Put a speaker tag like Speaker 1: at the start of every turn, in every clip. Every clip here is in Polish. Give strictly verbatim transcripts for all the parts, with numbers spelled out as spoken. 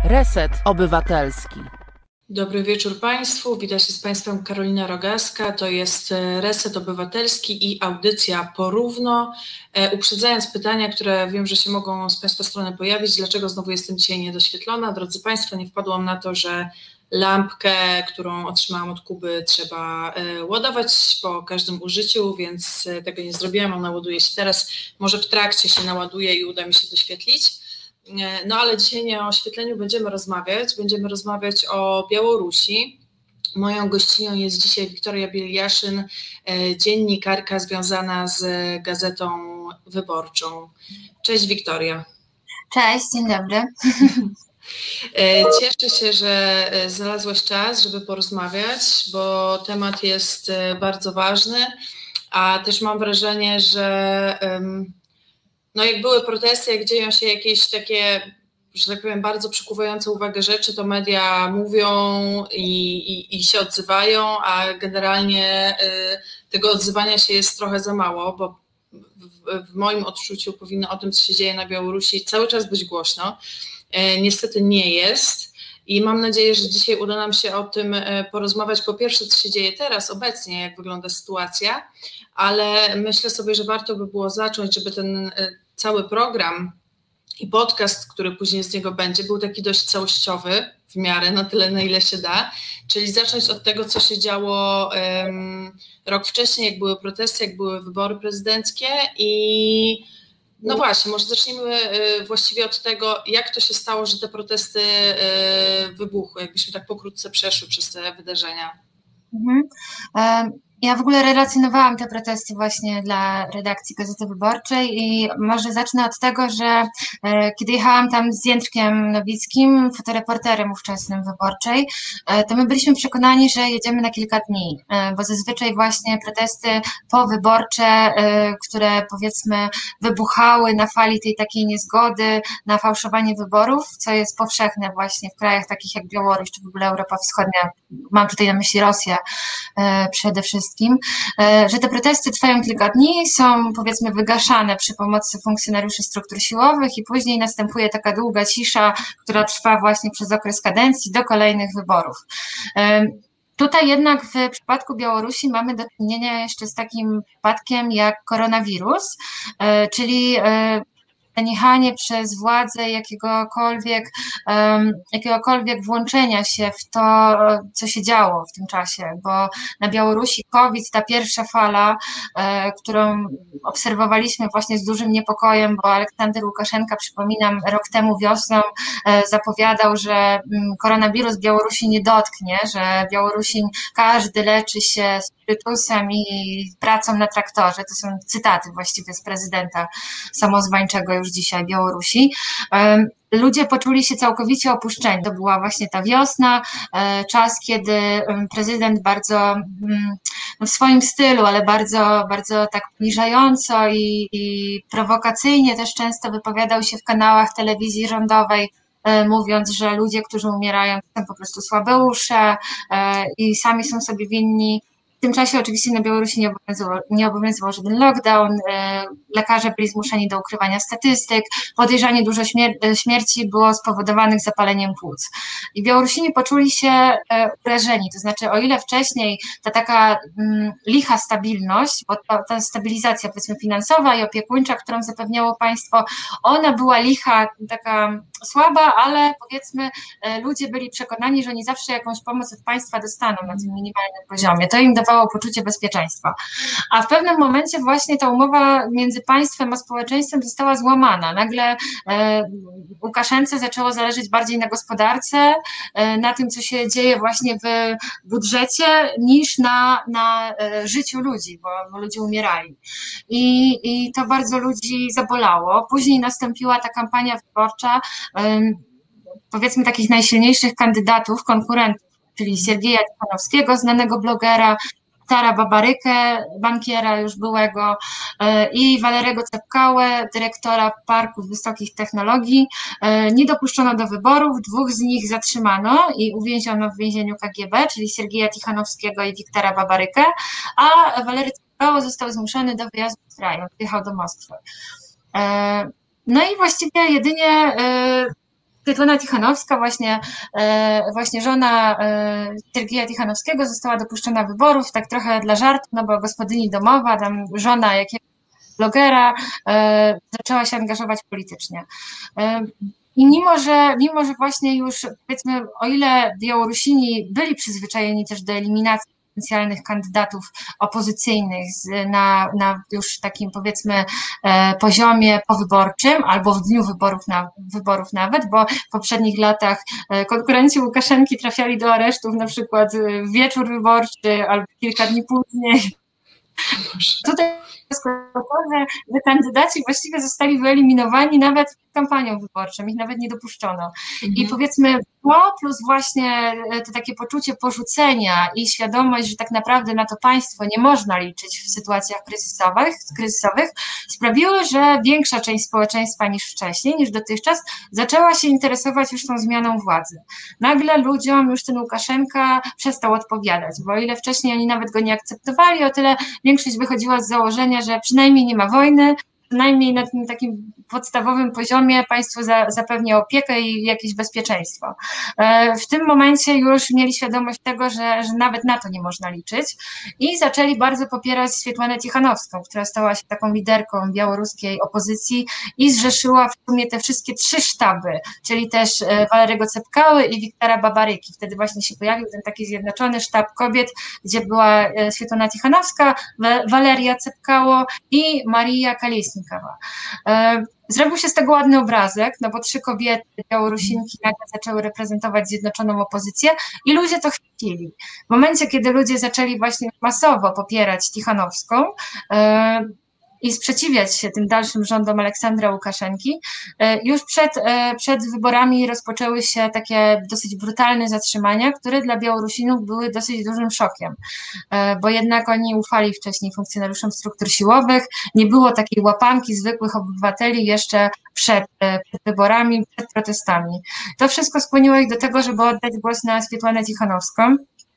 Speaker 1: Reset Obywatelski.
Speaker 2: Dobry wieczór Państwu, witam się z Państwem Karolina Rogaska, to jest Reset Obywatelski i audycja Porówno. Uprzedzając pytania, które wiem, że się mogą z Państwa strony pojawić, dlaczego znowu jestem dzisiaj niedoświetlona? Drodzy Państwo, nie wpadłam na to, że lampkę, którą otrzymałam od Kuby, trzeba ładować po każdym użyciu, więc tego nie zrobiłam, ona ładuje się teraz, może w trakcie się naładuje i uda mi się doświetlić. No ale dzisiaj nie o oświetleniu będziemy rozmawiać, będziemy rozmawiać o Białorusi. Moją gościnią jest dzisiaj Wiktoria Bieliaszyn, dziennikarka związana z Gazetą Wyborczą. Cześć Wiktoria.
Speaker 3: Cześć, dzień dobry.
Speaker 2: Cieszę się, że znalazłaś czas, żeby porozmawiać, bo temat jest bardzo ważny, a też mam wrażenie, że no jak były protesty, jak dzieją się jakieś takie, że tak powiem, bardzo przykuwające uwagę rzeczy, to media mówią i, i, i się odzywają, a generalnie y, tego odzywania się jest trochę za mało, bo w, w moim odczuciu powinno o tym, co się dzieje na Białorusi, cały czas być głośno. Y, niestety nie jest i mam nadzieję, że dzisiaj uda nam się o tym porozmawiać. Po pierwsze, co się dzieje teraz, obecnie, jak wygląda sytuacja, ale myślę sobie, że warto by było zacząć, żeby ten cały program i podcast, który później z niego będzie, był taki dość całościowy w miarę, na tyle, na ile się da, czyli zacząć od tego, co się działo um, rok wcześniej, jak były protesty, jak były wybory prezydenckie i no właśnie, może zacznijmy y, właściwie od tego, jak to się stało, że te protesty y, wybuchły, jakbyśmy tak pokrótce przeszły przez te wydarzenia.
Speaker 3: Mhm. Um. Ja w ogóle relacjonowałam te protesty właśnie dla redakcji Gazety Wyborczej i może zacznę od tego, że e, kiedy jechałam tam z Jędrkiem Nowickim, fotoreporterem ówczesnym Wyborczej, e, to my byliśmy przekonani, że jedziemy na kilka dni, e, bo zazwyczaj właśnie protesty powyborcze, e, które powiedzmy wybuchały na fali tej takiej niezgody, na fałszowanie wyborów, co jest powszechne właśnie w krajach takich jak Białoruś czy w ogóle Europa Wschodnia, mam tutaj na myśli Rosję e, przede wszystkim, że te protesty trwają kilka dni, są powiedzmy wygaszane przy pomocy funkcjonariuszy struktur siłowych i później następuje taka długa cisza, która trwa właśnie przez okres kadencji do kolejnych wyborów. Tutaj jednak w przypadku Białorusi mamy do czynienia jeszcze z takim przypadkiem jak koronawirus, czyli zaniechanie przez władze jakiegokolwiek, um, jakiegokolwiek włączenia się w to, co się działo w tym czasie, bo na Białorusi COVID, ta pierwsza fala, e, którą obserwowaliśmy właśnie z dużym niepokojem, bo Aleksander Łukaszenka, przypominam, rok temu wiosną e, zapowiadał, że m, koronawirus Białorusi nie dotknie, że Białorusin każdy leczy się spirytusem i pracą na traktorze. To są cytaty właściwie z prezydenta samozwańczego już dzisiaj Białorusi. Ludzie poczuli się całkowicie opuszczeni. To była właśnie ta wiosna, czas, kiedy prezydent bardzo no w swoim stylu, ale bardzo, bardzo tak poniżająco i, i prowokacyjnie też często wypowiadał się w kanałach telewizji rządowej, mówiąc, że ludzie, którzy umierają, to są po prostu słabeusze i sami są sobie winni. W tym czasie oczywiście na Białorusi nie obowiązywał, nie obowiązywał żaden lockdown, lekarze byli zmuszeni do ukrywania statystyk, podejrzanie dużo śmier- śmierci było spowodowanych zapaleniem płuc. I Białorusini poczuli się urażeni, to znaczy o ile wcześniej ta taka mm, licha stabilność, bo ta, ta stabilizacja powiedzmy finansowa i opiekuńcza, którą zapewniało państwo, ona była licha, taka słaba, ale powiedzmy ludzie byli przekonani, że oni zawsze jakąś pomoc od państwa dostaną na tym minimalnym poziomie. To im dawało poczucie bezpieczeństwa. A w pewnym momencie właśnie ta umowa między państwem a społeczeństwem została złamana. Nagle e, Łukaszence zaczęło zależeć bardziej na gospodarce, e, na tym, co się dzieje właśnie w budżecie, niż na, na e, życiu ludzi, bo, bo ludzie umierali. I, I to bardzo ludzi zabolało. Później nastąpiła ta kampania wyborcza, e, powiedzmy takich najsilniejszych kandydatów, konkurentów, czyli Siergieja Tichanowskiego, znanego blogera, Wiktara Babarykę, bankiera już byłego, i Walerego Cepkałę, dyrektora Parków Wysokich Technologii. Nie dopuszczono do wyborów, dwóch z nich zatrzymano i uwięziono w więzieniu K G B, czyli Siergieja Tichanowskiego i Wiktara Babarykę, a Walery Cepkało został zmuszony do wyjazdu z kraju, wyjechał do Moskwy. No i właściwie jedynie Swiatłana Tichanowska, właśnie, właśnie żona Siergieja Tichanowskiego, została dopuszczona wyborów, tak trochę dla żartu, no bo gospodyni domowa, tam żona jakiegoś blogera, zaczęła się angażować politycznie. I mimo, że, mimo, że właśnie już, powiedzmy, o ile Białorusini byli przyzwyczajeni też do eliminacji potencjalnych kandydatów opozycyjnych na, na już takim, powiedzmy, poziomie powyborczym albo w dniu wyborów, na, wyborów nawet, bo w poprzednich latach konkurenci Łukaszenki trafiali do aresztów na przykład w wieczór wyborczy albo kilka dni później. Tutaj to, że, że kandydaci właściwie zostali wyeliminowani nawet przed kampanią wyborczą, ich nawet nie dopuszczono. Mhm. I powiedzmy to plus właśnie to takie poczucie porzucenia i świadomość, że tak naprawdę na to państwo nie można liczyć w sytuacjach kryzysowych, kryzysowych sprawiły, że większa część społeczeństwa niż wcześniej, niż dotychczas zaczęła się interesować już tą zmianą władzy. Nagle ludziom już ten Łukaszenka przestał odpowiadać, bo o ile wcześniej oni nawet go nie akceptowali, o tyle większość wychodziła z założenia, że przynajmniej nie ma wojny, przynajmniej na tym takim podstawowym poziomie państwo za, zapewnia opiekę i jakieś bezpieczeństwo. W tym momencie już mieli świadomość tego, że, że nawet na to nie można liczyć i zaczęli bardzo popierać Swiatłanę Tichanowską, która stała się taką liderką białoruskiej opozycji i zrzeszyła w sumie te wszystkie trzy sztaby, czyli też Walerego Cepkały i Wiktora Babaryki. Wtedy właśnie się pojawił ten taki zjednoczony sztab kobiet, gdzie była Swiatłana Tichanowska, Waleria Cepkało i Maria Kalesnikowa. Zrobił się z tego ładny obrazek, no bo trzy kobiety, Białorusinki nagle zaczęły reprezentować zjednoczoną opozycję i ludzie to chcieli. W momencie, kiedy ludzie zaczęli właśnie masowo popierać Tichanowską i sprzeciwiać się tym dalszym rządom Aleksandra Łukaszenki, już przed, przed wyborami rozpoczęły się takie dosyć brutalne zatrzymania, które dla Białorusinów były dosyć dużym szokiem, bo jednak oni ufali wcześniej funkcjonariuszom struktur siłowych, nie było takiej łapanki zwykłych obywateli jeszcze przed, przed wyborami, przed protestami. To wszystko skłoniło ich do tego, żeby oddać głos na Swiatłanę Tichanowską.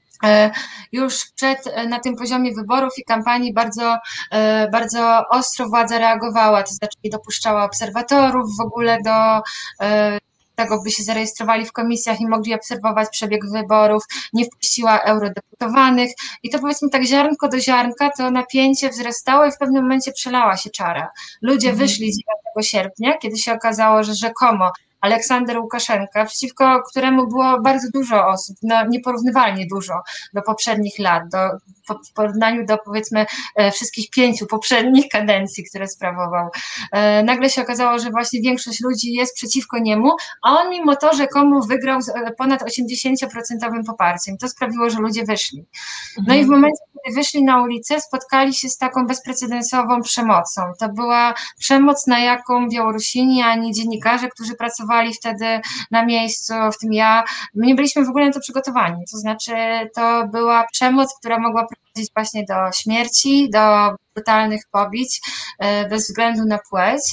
Speaker 3: Już przed, na tym poziomie wyborów i kampanii bardzo, bardzo ostro władza reagowała, to znaczy dopuszczała obserwatorów w ogóle do tego, by się zarejestrowali w komisjach i mogli obserwować przebieg wyborów, nie wpuściła eurodeputowanych i to powiedzmy tak ziarnko do ziarnka, to napięcie wzrastało i w pewnym momencie przelała się czara. Ludzie mhm. wyszli dziewiątego sierpnia, kiedy się okazało, że rzekomo Aleksander Łukaszenka, przeciwko któremu było bardzo dużo osób, no nieporównywalnie dużo do poprzednich lat, do, po, w porównaniu do powiedzmy wszystkich pięciu poprzednich kadencji, które sprawował. E, nagle się okazało, że właśnie większość ludzi jest przeciwko niemu, a on mimo to rzekomo wygrał z ponad osiemdziesięcioprocentowym poparciem. To sprawiło, że ludzie wyszli. No i w momencie, kiedy wyszli na ulicę, spotkali się z taką bezprecedensową przemocą. To była przemoc, na jaką Białorusini, ani dziennikarze, którzy pracowali wtedy na miejscu, w tym ja, my nie byliśmy w ogóle na to przygotowani, to znaczy to była przemoc, która mogła prowadzić właśnie do śmierci, do brutalnych pobić, bez względu na płeć.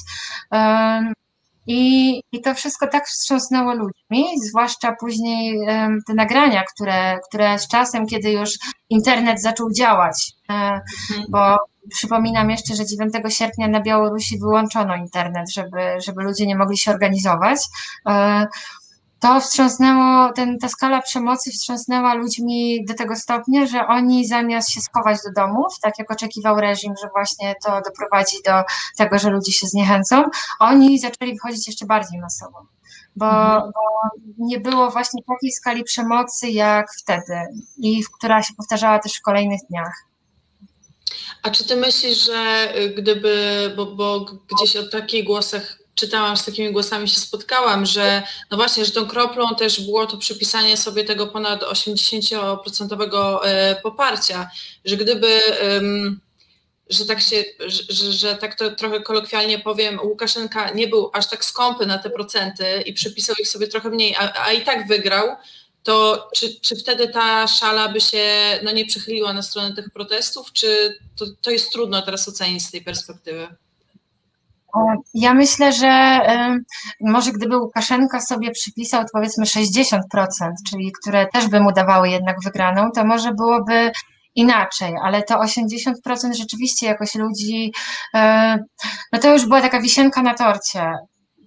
Speaker 3: I, I to wszystko tak wstrząsnęło ludźmi, zwłaszcza później um, te nagrania, które, które z czasem, kiedy już internet zaczął działać, um, bo przypominam jeszcze, że dziewiątego sierpnia na Białorusi wyłączono internet, żeby, żeby ludzie nie mogli się organizować. Um, to wstrząsnęło, ten, ta skala przemocy wstrząsnęła ludźmi do tego stopnia, że oni zamiast się schować do domów, tak jak oczekiwał reżim, że właśnie to doprowadzi do tego, że ludzie się zniechęcą, oni zaczęli wychodzić jeszcze bardziej masowo, bo, mhm. bo nie było właśnie takiej skali przemocy jak wtedy i która się powtarzała też w kolejnych dniach.
Speaker 2: A czy ty myślisz, że gdyby, bo, bo gdzieś o takich głosach czytałam, z takimi głosami się spotkałam, że no właśnie, że tą kroplą też było to przypisanie sobie tego ponad osiemdziesięcioprocentowego poparcia, że gdyby, że tak się, że, że tak to trochę kolokwialnie powiem, Łukaszenka nie był aż tak skąpy na te procenty i przypisał ich sobie trochę mniej, a, a i tak wygrał, to czy, czy wtedy ta szala by się no, nie przychyliła na stronę tych protestów, czy to, to jest trudno teraz ocenić z tej perspektywy?
Speaker 3: Ja myślę, że może gdyby Łukaszenka sobie przypisał powiedzmy sześćdziesiąt procent, czyli które też by mu dawały jednak wygraną, to może byłoby inaczej, ale to osiemdziesiąt procent rzeczywiście jakoś ludzi, no to już była taka wisienka na torcie.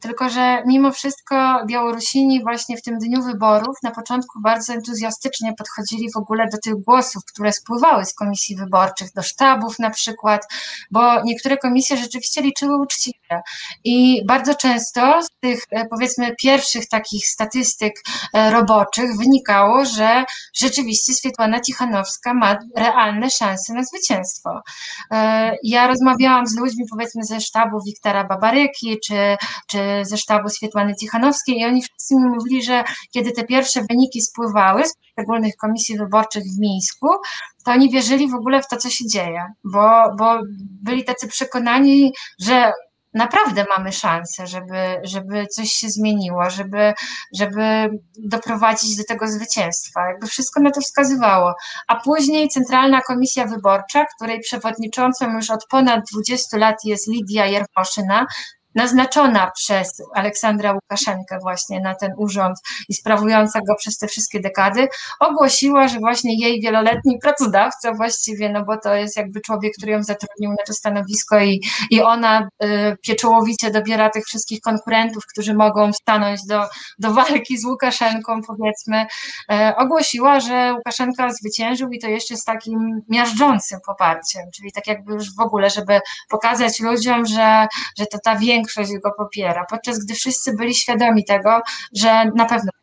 Speaker 3: tylko że mimo wszystko Białorusini właśnie w tym dniu wyborów na początku bardzo entuzjastycznie podchodzili w ogóle do tych głosów, które spływały z komisji wyborczych, do sztabów na przykład, bo niektóre komisje rzeczywiście liczyły uczciwie i bardzo często z tych powiedzmy pierwszych takich statystyk roboczych wynikało, że rzeczywiście Swiatłana Tichanowska ma realne szanse na zwycięstwo. Ja rozmawiałam z ludźmi powiedzmy ze sztabu Wiktora Babaryki czy, czy ze sztabu Swiatłany Tichanowskiej i oni wszyscy mi mówili, że kiedy te pierwsze wyniki spływały z poszczególnych komisji wyborczych w Mińsku, to oni wierzyli w ogóle w to, co się dzieje, bo, bo byli tacy przekonani, że naprawdę mamy szansę, żeby, żeby coś się zmieniło, żeby, żeby doprowadzić do tego zwycięstwa. Jakby wszystko na to wskazywało. A później Centralna Komisja Wyborcza, której przewodniczącą już od ponad dwudziestu lat jest Lidia Jermoszyna, naznaczona przez Aleksandra Łukaszenkę właśnie na ten urząd i sprawująca go przez te wszystkie dekady, ogłosiła, że właśnie jej wieloletni pracodawca właściwie, no bo to jest jakby człowiek, który ją zatrudnił na to stanowisko i, i ona y, pieczołowicie dobiera tych wszystkich konkurentów, którzy mogą stanąć do, do walki z Łukaszenką, powiedzmy, y, ogłosiła, że Łukaszenka zwyciężył i to jeszcze z takim miażdżącym poparciem, czyli tak jakby już w ogóle, żeby pokazać ludziom, że, że to ta większość Większość go popiera, podczas gdy wszyscy byli świadomi tego, że na pewno.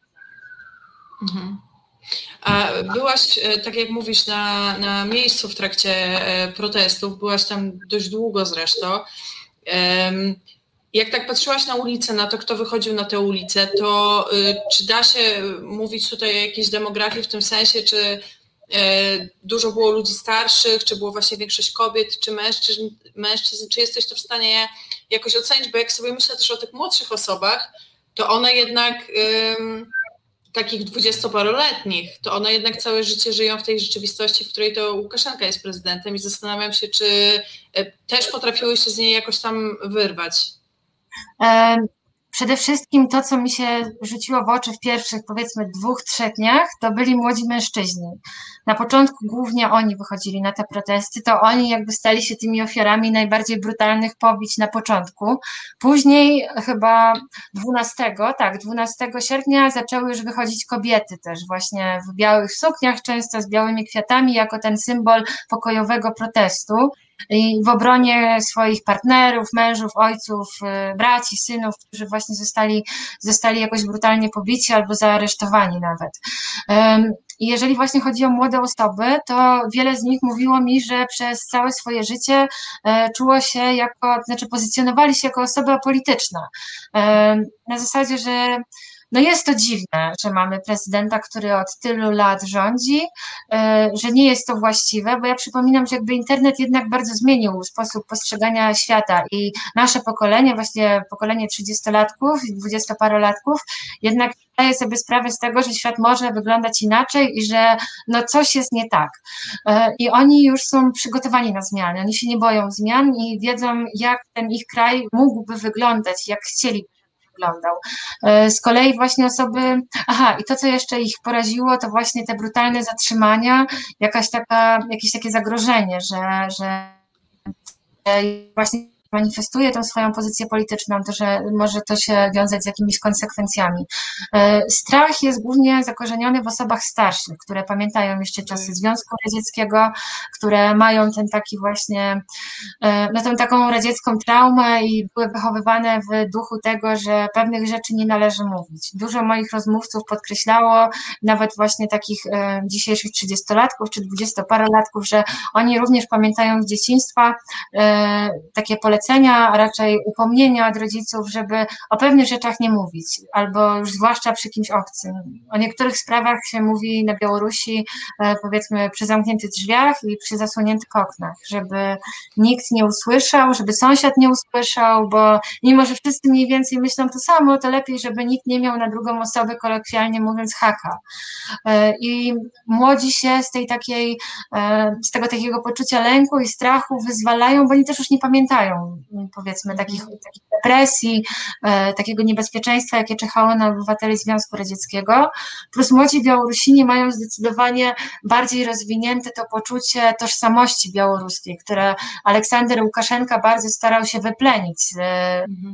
Speaker 2: Mhm. A byłaś, tak jak mówisz, na, na miejscu w trakcie protestów, byłaś tam dość długo zresztą. Jak tak patrzyłaś na ulicę, na to, kto wychodził na tę ulicę, to czy da się mówić tutaj o jakiejś demografii w tym sensie, czy dużo było ludzi starszych, czy było właśnie większość kobiet, czy mężczyzn, mężczyzn, czy jesteś to w stanie jakoś ocenić, bo jak sobie myślę też o tych młodszych osobach, to one jednak, ym, takich dwudziestoparoletnich, to one jednak całe życie żyją w tej rzeczywistości, w której to Łukaszenka jest prezydentem i zastanawiam się, czy y, też potrafiły się z niej jakoś tam wyrwać.
Speaker 3: Um. Przede wszystkim to, co mi się rzuciło w oczy w pierwszych, powiedzmy, dwóch, trzech dniach, to byli młodzi mężczyźni. Na początku głównie oni wychodzili na te protesty, to oni jakby stali się tymi ofiarami najbardziej brutalnych pobić na początku. Później chyba dwunastego, tak, dwunastego sierpnia zaczęły już wychodzić kobiety też właśnie w białych sukniach, często z białymi kwiatami, jako ten symbol pokojowego protestu. I w obronie swoich partnerów, mężów, ojców, braci, synów, którzy właśnie zostali, zostali jakoś brutalnie pobici albo zaaresztowani nawet. I jeżeli właśnie chodzi o młode osoby, to wiele z nich mówiło mi, że przez całe swoje życie czuło się jako, znaczy pozycjonowali się jako osoba polityczna. Na zasadzie, że no jest to dziwne, że mamy prezydenta, który od tylu lat rządzi, że nie jest to właściwe, bo ja przypominam, że jakby internet jednak bardzo zmienił sposób postrzegania świata i nasze pokolenie, właśnie pokolenie trzydziestolatków i dwudziestoparolatków, jednak zdaje sobie sprawę z tego, że świat może wyglądać inaczej i że no coś jest nie tak. I oni już są przygotowani na zmiany, oni się nie boją zmian i wiedzą, jak ten ich kraj mógłby wyglądać, jak chcieli wyglądał. Z kolei właśnie osoby, aha, i to, co jeszcze ich poraziło, to właśnie te brutalne zatrzymania, jakaś taka, jakieś takie zagrożenie, że, że właśnie manifestuje tą swoją pozycję polityczną, to że może to się wiązać z jakimiś konsekwencjami. Strach jest głównie zakorzeniony w osobach starszych, które pamiętają jeszcze czasy Związku Radzieckiego, które mają ten taki właśnie, no tą taką radziecką traumę i były wychowywane w duchu tego, że pewnych rzeczy nie należy mówić. Dużo moich rozmówców podkreślało, nawet właśnie takich dzisiejszych trzydziestolatków czy dwudziestoparolatków, że oni również pamiętają z dzieciństwa takie polecenia, a raczej upomnienia od rodziców, żeby o pewnych rzeczach nie mówić, albo już zwłaszcza przy kimś obcym. O niektórych sprawach się mówi na Białorusi, powiedzmy, przy zamkniętych drzwiach i przy zasłoniętych oknach, żeby nikt nie usłyszał, żeby sąsiad nie usłyszał, bo mimo, że wszyscy mniej więcej myślą to samo, to lepiej, żeby nikt nie miał na drugą osobę, kolokwialnie mówiąc, haka. I młodzi się z tej takiej, z tego takiego poczucia lęku i strachu wyzwalają, bo oni też już nie pamiętają, powiedzmy, takich, takich represji, e, takiego niebezpieczeństwa, jakie czyhało na obywateli Związku Radzieckiego, plus młodzi Białorusini mają zdecydowanie bardziej rozwinięte to poczucie tożsamości białoruskiej, które Aleksander Łukaszenka bardzo starał się wyplenić z, mhm.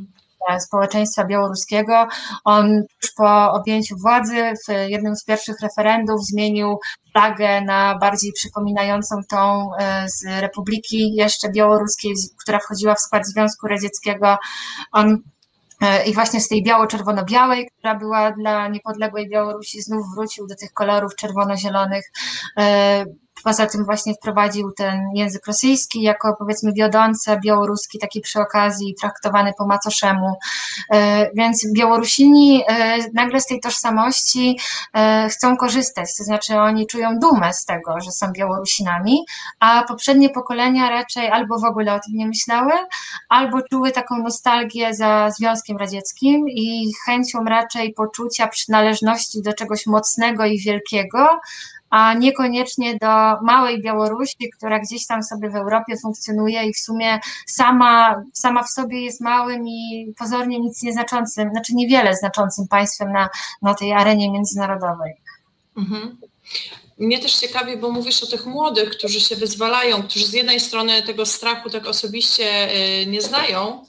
Speaker 3: społeczeństwa białoruskiego. On już po objęciu władzy w jednym z pierwszych referendów zmienił flagę na bardziej przypominającą tą z Republiki jeszcze Białoruskiej, która wchodziła w skład Związku Radzieckiego. On I właśnie z tej biało-czerwono-białej, która była dla niepodległej Białorusi, znów wrócił do tych kolorów czerwono-zielonych. Poza tym właśnie wprowadził ten język rosyjski jako, powiedzmy, wiodący, a białoruski taki przy okazji traktowany po macoszemu. Więc Białorusini nagle z tej tożsamości chcą korzystać, to znaczy oni czują dumę z tego, że są Białorusinami, a poprzednie pokolenia raczej albo w ogóle o tym nie myślały, albo czuły taką nostalgię za Związkiem Radzieckim i chęcią raczej poczucia przynależności do czegoś mocnego i wielkiego, a niekoniecznie do małej Białorusi, która gdzieś tam sobie w Europie funkcjonuje i w sumie sama, sama w sobie jest małym i pozornie nic nieznaczącym, znaczy niewiele znaczącym państwem na, na tej arenie międzynarodowej.
Speaker 2: Mhm. Mnie też ciekawi, bo mówisz o tych młodych, którzy się wyzwalają, którzy z jednej strony tego strachu tak osobiście nie znają,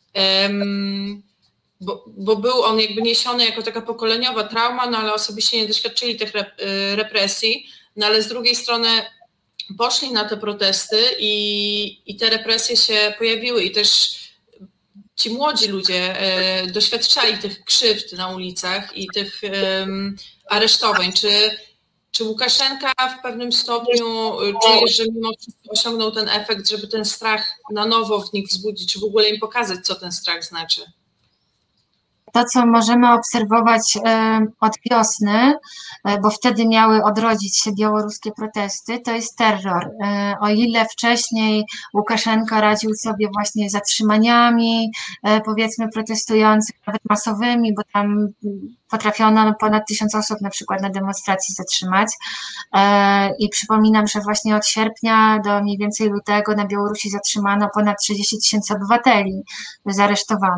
Speaker 2: Bo, bo był on jakby niesiony jako taka pokoleniowa trauma, no ale osobiście nie doświadczyli tych represji, no ale z drugiej strony poszli na te protesty i, i te represje się pojawiły i też ci młodzi ludzie e, doświadczali tych krzywd na ulicach i tych e, aresztowań. Czy, czy Łukaszenka w pewnym stopniu czujesz, że mimo wszystko osiągnął ten efekt, żeby ten strach na nowo w nich wzbudzić, czy w ogóle im pokazać, co ten strach znaczy?
Speaker 3: To, co możemy obserwować od wiosny, bo wtedy miały odrodzić się białoruskie protesty, to jest terror. O ile wcześniej Łukaszenka radził sobie właśnie zatrzymaniami, powiedzmy protestujących, nawet masowymi, bo tam potrafiono ponad tysiąc osób na przykład na demonstracji zatrzymać. I przypominam, że właśnie od sierpnia do mniej więcej lutego na Białorusi zatrzymano ponad trzydzieści tysięcy obywateli zaresztowanych.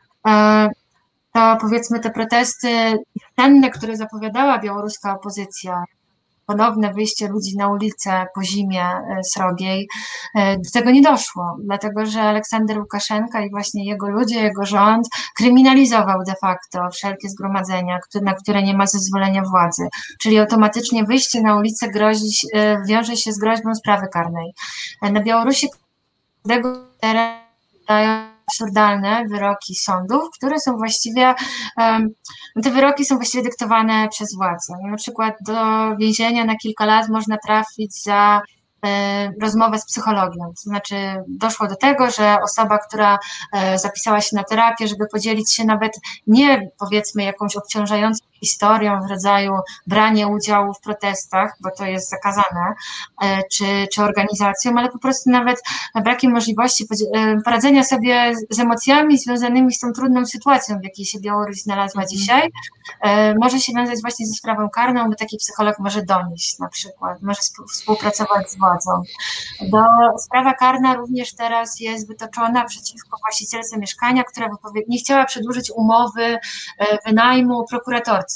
Speaker 3: To powiedzmy te protesty cenne, które zapowiadała białoruska opozycja, ponowne wyjście ludzi na ulicę po zimie srogiej, do tego nie doszło, dlatego że Aleksander Łukaszenka i właśnie jego ludzie, jego rząd kryminalizował de facto wszelkie zgromadzenia, na które nie ma zezwolenia władzy, czyli automatycznie wyjście na ulicę grozi, wiąże się z groźbą sprawy karnej. Na Białorusi tego dają absurdalne wyroki sądów, które są właściwie, te wyroki są właściwie dyktowane przez władzę. Na przykład do więzienia na kilka lat można trafić za rozmowę z psychologiem. To znaczy doszło do tego, że osoba, która zapisała się na terapię, żeby podzielić się nawet nie powiedzmy jakąś obciążającą historią w rodzaju branie udziału w protestach, bo to jest zakazane, czy, czy organizacją, ale po prostu nawet brakiem możliwości poradzenia sobie z emocjami związanymi z tą trudną sytuacją, w jakiej się Białoruś znalazła dzisiaj, może się wiązać właśnie ze sprawą karną, bo taki psycholog może donieść na przykład, może współpracować z władzą. Do, sprawa karna również teraz jest wytoczona przeciwko właścicielce mieszkania, która nie chciała przedłużyć umowy wynajmu prokuratorce,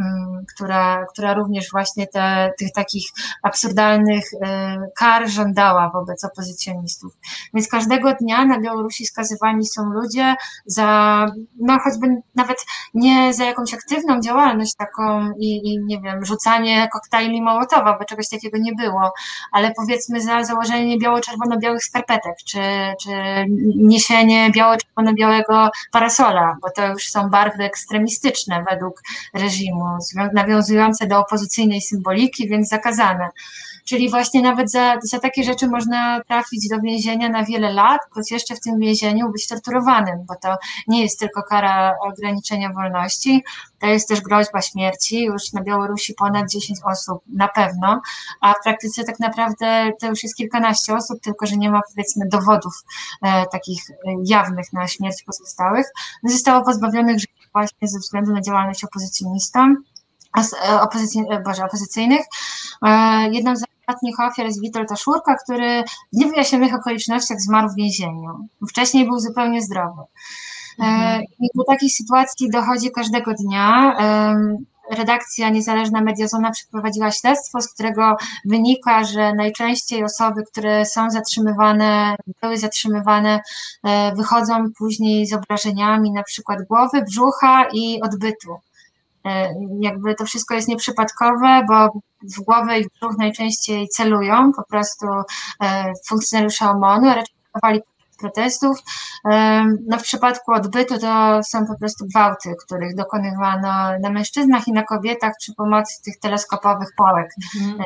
Speaker 3: która, która również właśnie te, tych takich absurdalnych kar żądała wobec opozycjonistów. Więc każdego dnia na Białorusi skazywani są ludzie za, no choćby nawet nie za jakąś aktywną działalność taką i, i nie wiem, rzucanie koktajli Mołotowa, bo czegoś takiego nie było, ale powiedzmy za założenie biało-czerwono-białych skarpetek, czy, czy niesienie biało-czerwono-białego parasola, bo to już są barwy ekstremistyczne według reżimu, nawiązujące do opozycyjnej symboliki, więc zakazane. Czyli właśnie nawet za, za takie rzeczy można trafić do więzienia na wiele lat, choć jeszcze w tym więzieniu być torturowanym, bo to nie jest tylko kara ograniczenia wolności, to jest też groźba śmierci, już na Białorusi ponad dziesięć osób na pewno, a w praktyce tak naprawdę to już jest kilkanaście osób, tylko że nie ma powiedzmy dowodów e, takich jawnych na śmierć pozostałych. Zostało pozbawionych życia właśnie ze względu na działalność opozycjonistą, opozycji, boże, opozycyjnych. E, jedną z ostatnich ofiar jest Witold Taszurka, który w niewyjaśnionych okolicznościach zmarł w więzieniu. Wcześniej był zupełnie zdrowy. Mhm. I do takiej sytuacji dochodzi każdego dnia. redakcja niezależna Mediazona przeprowadziła śledztwo, z którego wynika, że najczęściej osoby, które są zatrzymywane, były zatrzymywane, wychodzą później z obrażeniami na przykład głowy, brzucha i odbytu. Jakby to wszystko jest nieprzypadkowe, bo w głowę i w brzuch najczęściej celują po prostu funkcjonariusze O M O N-u, a raczej próbowali protestów. No w przypadku odbytu to są po prostu gwałty, których dokonywano na mężczyznach i na kobietach przy pomocy tych teleskopowych pałek. Mhm.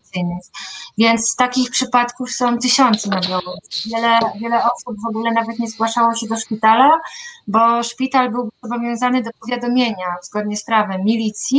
Speaker 3: Więc takich przypadków są tysiące na Białorusi. Wiele, wiele osób w ogóle nawet nie zgłaszało się do szpitala, bo szpital był zobowiązany do powiadomienia zgodnie z prawem milicji.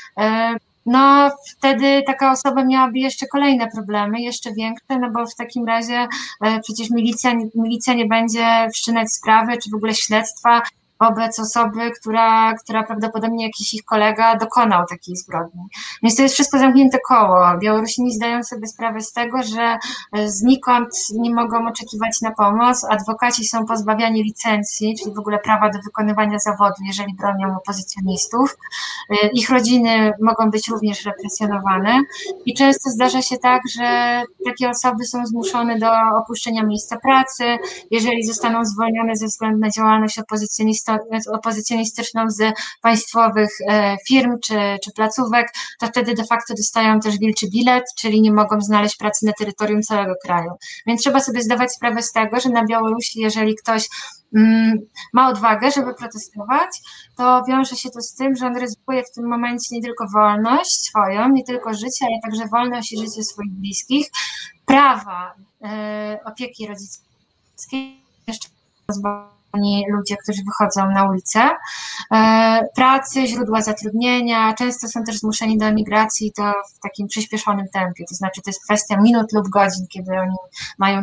Speaker 3: No wtedy taka osoba miałaby jeszcze kolejne problemy, jeszcze większe, no bo w takim razie przecież milicja, milicja nie będzie wszczynać sprawy, czy w ogóle śledztwa wobec osoby, która, która prawdopodobnie jakiś ich kolega dokonał takiej zbrodni. Więc to jest wszystko zamknięte koło. Białorusini zdają sobie sprawę z tego, że znikąd nie mogą oczekiwać na pomoc. Adwokaci są pozbawiani licencji, czyli w ogóle prawa do wykonywania zawodu, jeżeli bronią opozycjonistów. Ich rodziny mogą być również represjonowane i często zdarza się tak, że takie osoby są zmuszone do opuszczenia miejsca pracy, jeżeli zostaną zwolnione ze względu na działalność opozycjonistów, opozycjonistyczną z państwowych firm czy, czy placówek, to wtedy de facto dostają też wilczy bilet, czyli nie mogą znaleźć pracy na terytorium całego kraju. Więc trzeba sobie zdawać sprawę z tego, że na Białorusi, jeżeli ktoś mm, ma odwagę, żeby protestować, to wiąże się to z tym, że on ryzykuje w tym momencie nie tylko wolność swoją, nie tylko życie, ale także wolność i życie swoich bliskich, prawa e, opieki rodzicielskiej, jeszcze ludzie, którzy wychodzą na ulicę, pracy, źródła zatrudnienia, często są też zmuszeni do emigracji, to w takim przyspieszonym tempie, to znaczy to jest kwestia minut lub godzin, kiedy oni mają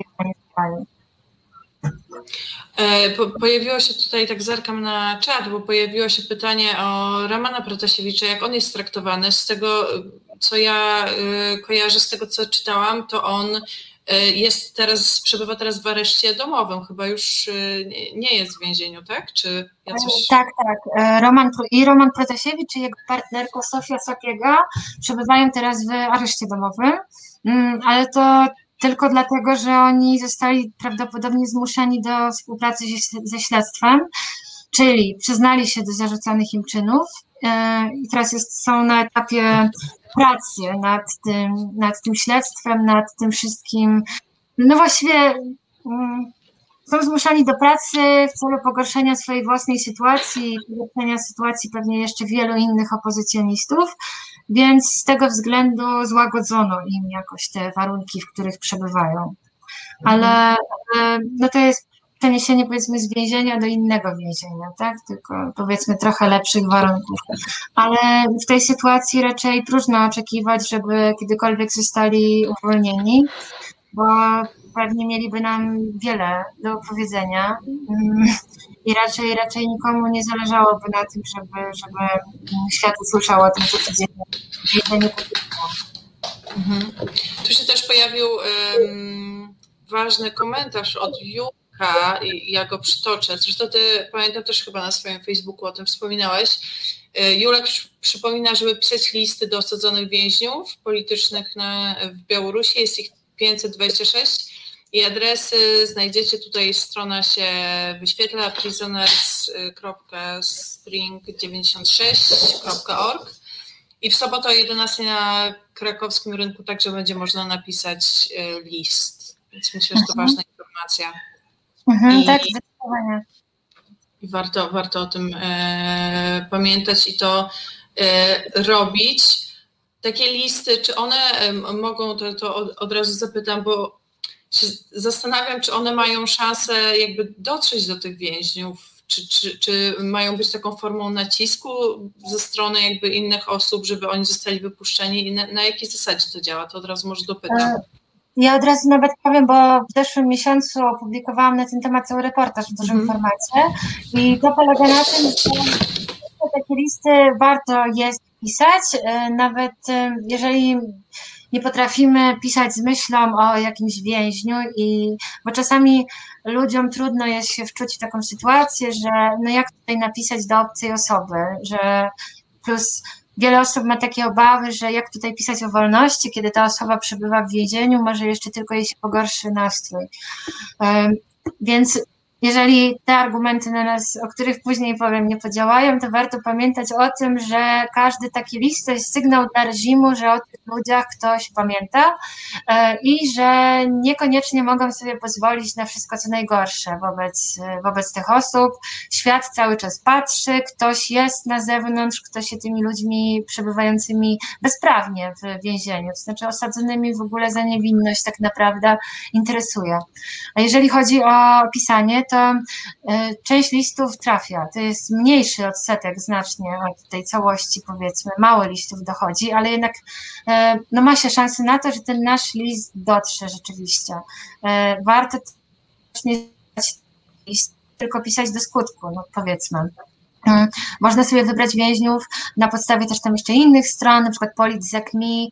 Speaker 2: po, Pojawiło się tutaj, tak zerkam na czat, bo pojawiło się pytanie o Romana Protasiewicza, jak on jest traktowany. Z tego, co ja kojarzę, z tego, co czytałam, to on jest teraz, przebywa teraz w areszcie domowym, chyba już nie jest w więzieniu, tak? Czy ja coś...
Speaker 3: Tak, tak. Roman, i Roman Protasiewicz i jego partnerka Sofia Sapiega przebywają teraz w areszcie domowym, ale to tylko dlatego, że oni zostali prawdopodobnie zmuszeni do współpracy ze śledztwem, czyli przyznali się do zarzucanych im czynów i teraz jest, są na etapie pracy nad tym, nad tym śledztwem, nad tym wszystkim. No właściwie um, są zmuszani do pracy w celu pogorszenia swojej własnej sytuacji, pogorszenia sytuacji pewnie jeszcze wielu innych opozycjonistów, więc z tego względu złagodzono im jakoś te warunki, w których przebywają. Ale no to jest przeniesienie powiedzmy z więzienia do innego więzienia, tak? Tylko powiedzmy trochę lepszych warunków. Ale w tej sytuacji raczej próżno oczekiwać, żeby kiedykolwiek zostali uwolnieni, bo pewnie mieliby nam wiele do opowiedzenia i raczej, raczej nikomu nie zależałoby na tym, żeby, żeby świat usłyszał o tym, co się dzieje w więzieniu.
Speaker 2: Mhm. Tu się też pojawił um, ważny komentarz od Ju. I ja go przytoczę. Zresztą ty, pamiętam, też chyba na swoim Facebooku o tym wspominałeś. Julek przypomina, żeby pisać listy do osadzonych więźniów politycznych na, w Białorusi. Jest ich pięćset dwadzieścia sześć i adresy znajdziecie tutaj, strona się wyświetla, prisoners kropka spring dziewięćdziesiąt sześć kropka org i w sobotę o jedenastej na krakowskim rynku także będzie można napisać list. Więc myślę, że to ważna informacja.
Speaker 3: Mhm,
Speaker 2: I,
Speaker 3: tak, zdecydowanie.
Speaker 2: I warto, warto o tym e, pamiętać i to e, robić. Takie listy, czy one e, mogą, to, to od, od razu zapytam, bo się zastanawiam, czy one mają szansę jakby dotrzeć do tych więźniów, czy, czy, czy mają być taką formą nacisku ze strony jakby innych osób, żeby oni zostali wypuszczeni i na, na jakiej zasadzie to działa? To od razu może dopytam.
Speaker 3: Ja od razu nawet powiem, bo w zeszłym miesiącu opublikowałam na ten temat cały reportaż w dużym mm. formacie i to polega na tym, że takie listy warto jest pisać, nawet jeżeli nie potrafimy pisać z myślą o jakimś więźniu, i bo czasami ludziom trudno jest się wczuć w taką sytuację, że no jak tutaj napisać do obcej osoby, że plus wiele osób ma takie obawy, że jak tutaj pisać o wolności, kiedy ta osoba przebywa w więzieniu, może jeszcze tylko jej się pogorszy nastrój. Więc jeżeli te argumenty na nas, o których później powiem, nie podziałają, to warto pamiętać o tym, że każdy taki list to jest sygnał dla reżimu, że o tych ludziach ktoś pamięta i że niekoniecznie mogą sobie pozwolić na wszystko, co najgorsze wobec, wobec tych osób. Świat cały czas patrzy, ktoś jest na zewnątrz, kto się tymi ludźmi przebywającymi bezprawnie w więzieniu, to znaczy osadzonymi w ogóle za niewinność tak naprawdę interesuje. A jeżeli chodzi o pisanie, to część listów trafia. To jest mniejszy odsetek znacznie od tej całości, powiedzmy, mało listów dochodzi, ale jednak no, ma się szansę na to, że ten nasz list dotrze rzeczywiście. Warto też nie list, tylko pisać do skutku, no, powiedzmy. Można sobie wybrać więźniów na podstawie też tam jeszcze innych stron, na przykład Polit.me,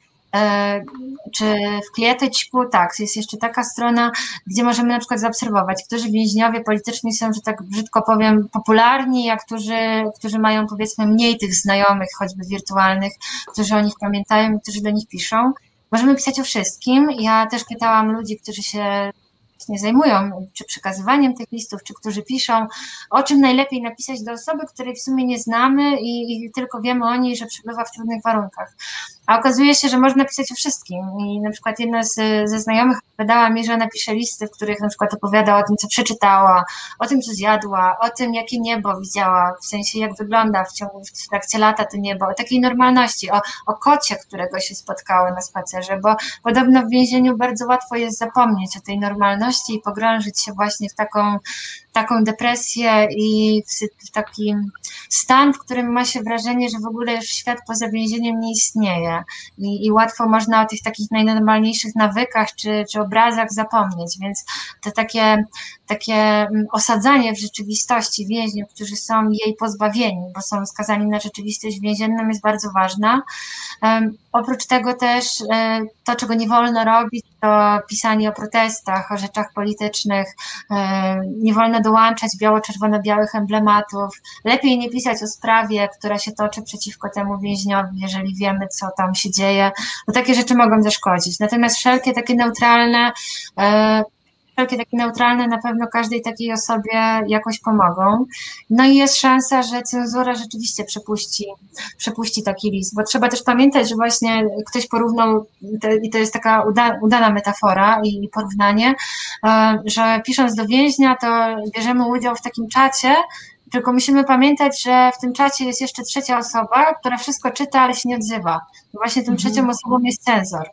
Speaker 3: czy w Klieteczku, tak, jest jeszcze taka strona, gdzie możemy na przykład zaobserwować, którzy więźniowie polityczni są, że tak brzydko powiem, popularni, a którzy, którzy mają powiedzmy mniej tych znajomych, choćby wirtualnych, którzy o nich pamiętają i którzy do nich piszą. Możemy pisać o wszystkim. Ja też pytałam ludzi, którzy się nie zajmują, czy przekazywaniem tych listów, czy którzy piszą, o czym najlepiej napisać do osoby, której w sumie nie znamy i, i tylko wiemy o niej, że przebywa w trudnych warunkach. A okazuje się, że można pisać o wszystkim i na przykład jedna z, ze znajomych opowiadała mi, że ona pisze listy, w których na przykład opowiada o tym, co przeczytała, o tym, co zjadła, o tym, jakie niebo widziała, w sensie jak wygląda w ciągu, w trakcie lata to niebo, o takiej normalności, o, o kocie, którego się spotkało na spacerze, bo podobno w więzieniu bardzo łatwo jest zapomnieć o tej normalności i pogrążyć się właśnie w taką, taką depresję i w, w taki stan, w którym ma się wrażenie, że w ogóle już świat poza więzieniem nie istnieje. I, i łatwo można o tych takich najnormalniejszych nawykach czy, czy obrazach zapomnieć, więc to takie, takie osadzanie w rzeczywistości więźniów, którzy są jej pozbawieni, bo są skazani na rzeczywistość więzienną, jest bardzo ważna. Um, oprócz tego też um, to, czego nie wolno robić, to pisanie o protestach, o rzeczach politycznych, um, nie wolno dołączać biało-czerwono-białych emblematów, lepiej nie pisać o sprawie, która się toczy przeciwko temu więźniowi, jeżeli wiemy, co tam się dzieje, bo takie rzeczy mogą zaszkodzić. Natomiast wszelkie takie neutralne, e, wszelkie takie neutralne na pewno każdej takiej osobie jakoś pomogą. No i jest szansa, że cenzura rzeczywiście przepuści, przepuści taki list, bo trzeba też pamiętać, że właśnie ktoś porównał, i to jest taka uda, udana metafora i porównanie, e, że pisząc do więźnia, to bierzemy udział w takim czacie, tylko musimy pamiętać, że w tym czacie jest jeszcze trzecia osoba, która wszystko czyta, ale się nie odzywa. I właśnie tą trzecią osobą jest cenzor.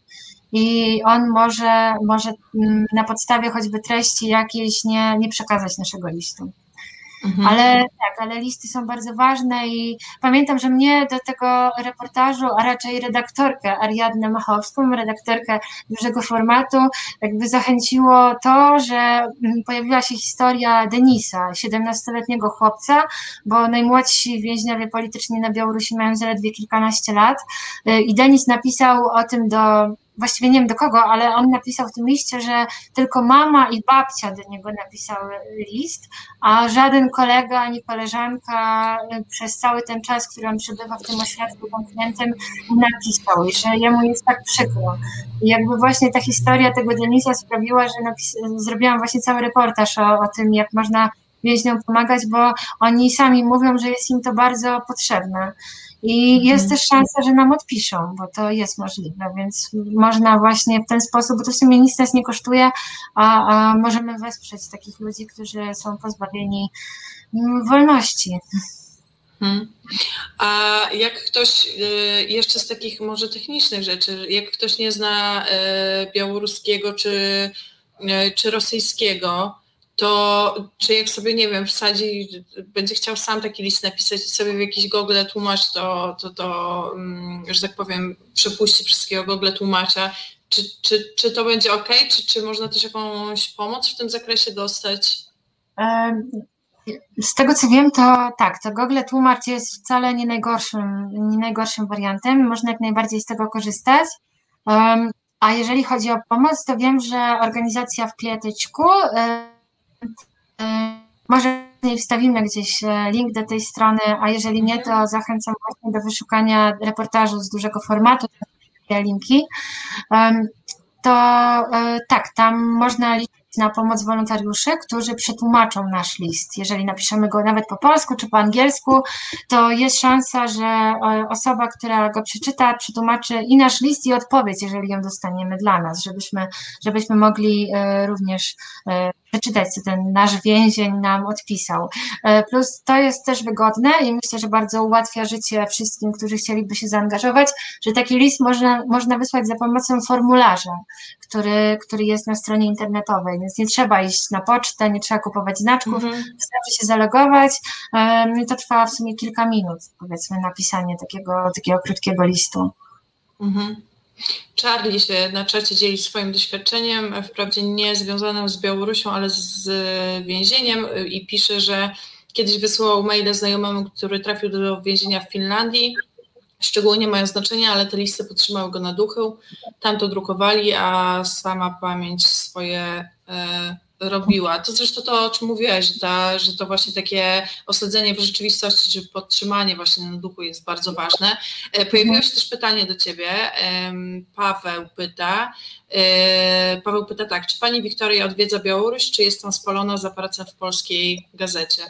Speaker 3: I on może, może na podstawie choćby treści jakiejś nie, nie przekazać naszego listu. Mhm. Ale tak, ale listy są bardzo ważne i pamiętam, że mnie do tego reportażu, a raczej redaktorkę Ariadnę Machowską, redaktorkę dużego formatu, jakby zachęciło to, że pojawiła się historia Denisa, siedemnastoletniego chłopca, bo najmłodsi więźniowie polityczni na Białorusi mają zaledwie kilkanaście lat i Denis napisał o tym do właściwie nie wiem do kogo, ale on napisał w tym liście, że tylko mama i babcia do niego napisały list, a żaden kolega ani koleżanka przez cały ten czas, który on przebywa w tym ośrodku zamkniętym, nie napisał i że jemu jest tak przykro. I jakby właśnie ta historia tego Denisa sprawiła, że napis- zrobiłam właśnie cały reportaż o, o tym, jak można więźniom pomagać, bo oni sami mówią, że jest im to bardzo potrzebne. I jest też szansa, że nam odpiszą, bo to jest możliwe, więc można właśnie w ten sposób, bo to w sumie nic nas nie kosztuje, a, a możemy wesprzeć takich ludzi, którzy są pozbawieni wolności.
Speaker 2: Hmm. A jak ktoś jeszcze z takich może technicznych rzeczy, jak ktoś nie zna białoruskiego czy, czy rosyjskiego, to czy jak sobie, nie wiem, wsadzi, będzie chciał sam taki list napisać i sobie w jakiś Google tłumacz, to, to, to, że tak powiem, przepuści przez takiego Google tłumacza, czy, czy, czy to będzie ok, czy, czy można też jakąś pomoc w tym zakresie dostać?
Speaker 3: Z tego co wiem, to tak, to Google tłumacz jest wcale nie najgorszym, nie najgorszym wariantem, można jak najbardziej z tego korzystać. A jeżeli chodzi o pomoc, to wiem, że organizacja w Klieteczku, może wstawimy gdzieś link do tej strony, a jeżeli nie, to zachęcam właśnie do wyszukania reportażu z dużego formatu, linki, to tak, tam można liczyć na pomoc wolontariuszy, którzy przetłumaczą nasz list. Jeżeli napiszemy go nawet po polsku czy po angielsku, to jest szansa, że osoba, która go przeczyta, przetłumaczy i nasz list, i odpowiedź, jeżeli ją dostaniemy dla nas, żebyśmy, żebyśmy mogli również przeczytać, co ten nasz więzień nam odpisał. Plus to jest też wygodne i myślę, że bardzo ułatwia życie wszystkim, którzy chcieliby się zaangażować, że taki list można, można wysłać za pomocą formularza, który, który jest na stronie internetowej, więc nie trzeba iść na pocztę, nie trzeba kupować znaczków, mhm. wystarczy się zalogować i to trwa w sumie kilka minut, powiedzmy, napisanie takiego, takiego krótkiego listu.
Speaker 2: Mhm. Charlie się na czacie dzieli swoim doświadczeniem, wprawdzie nie związanym z Białorusią, ale z więzieniem, i pisze, że kiedyś wysłał maila znajomemu, który trafił do więzienia w Finlandii. Szczegóły nie mają znaczenia, ale te listy podtrzymały go na duchu. Tam to drukowali, a sama pamięć swoje e, robiła. To zresztą to, o czym mówiłaś, że, ta, że to właśnie takie osadzenie w rzeczywistości, czy podtrzymanie właśnie na duchu jest bardzo ważne. E, pojawiło się też pytanie do Ciebie. E, Paweł pyta, e, Paweł pyta tak, czy Pani Wiktoria odwiedza Białoruś, czy jest tam spalona za pracę w polskiej gazecie?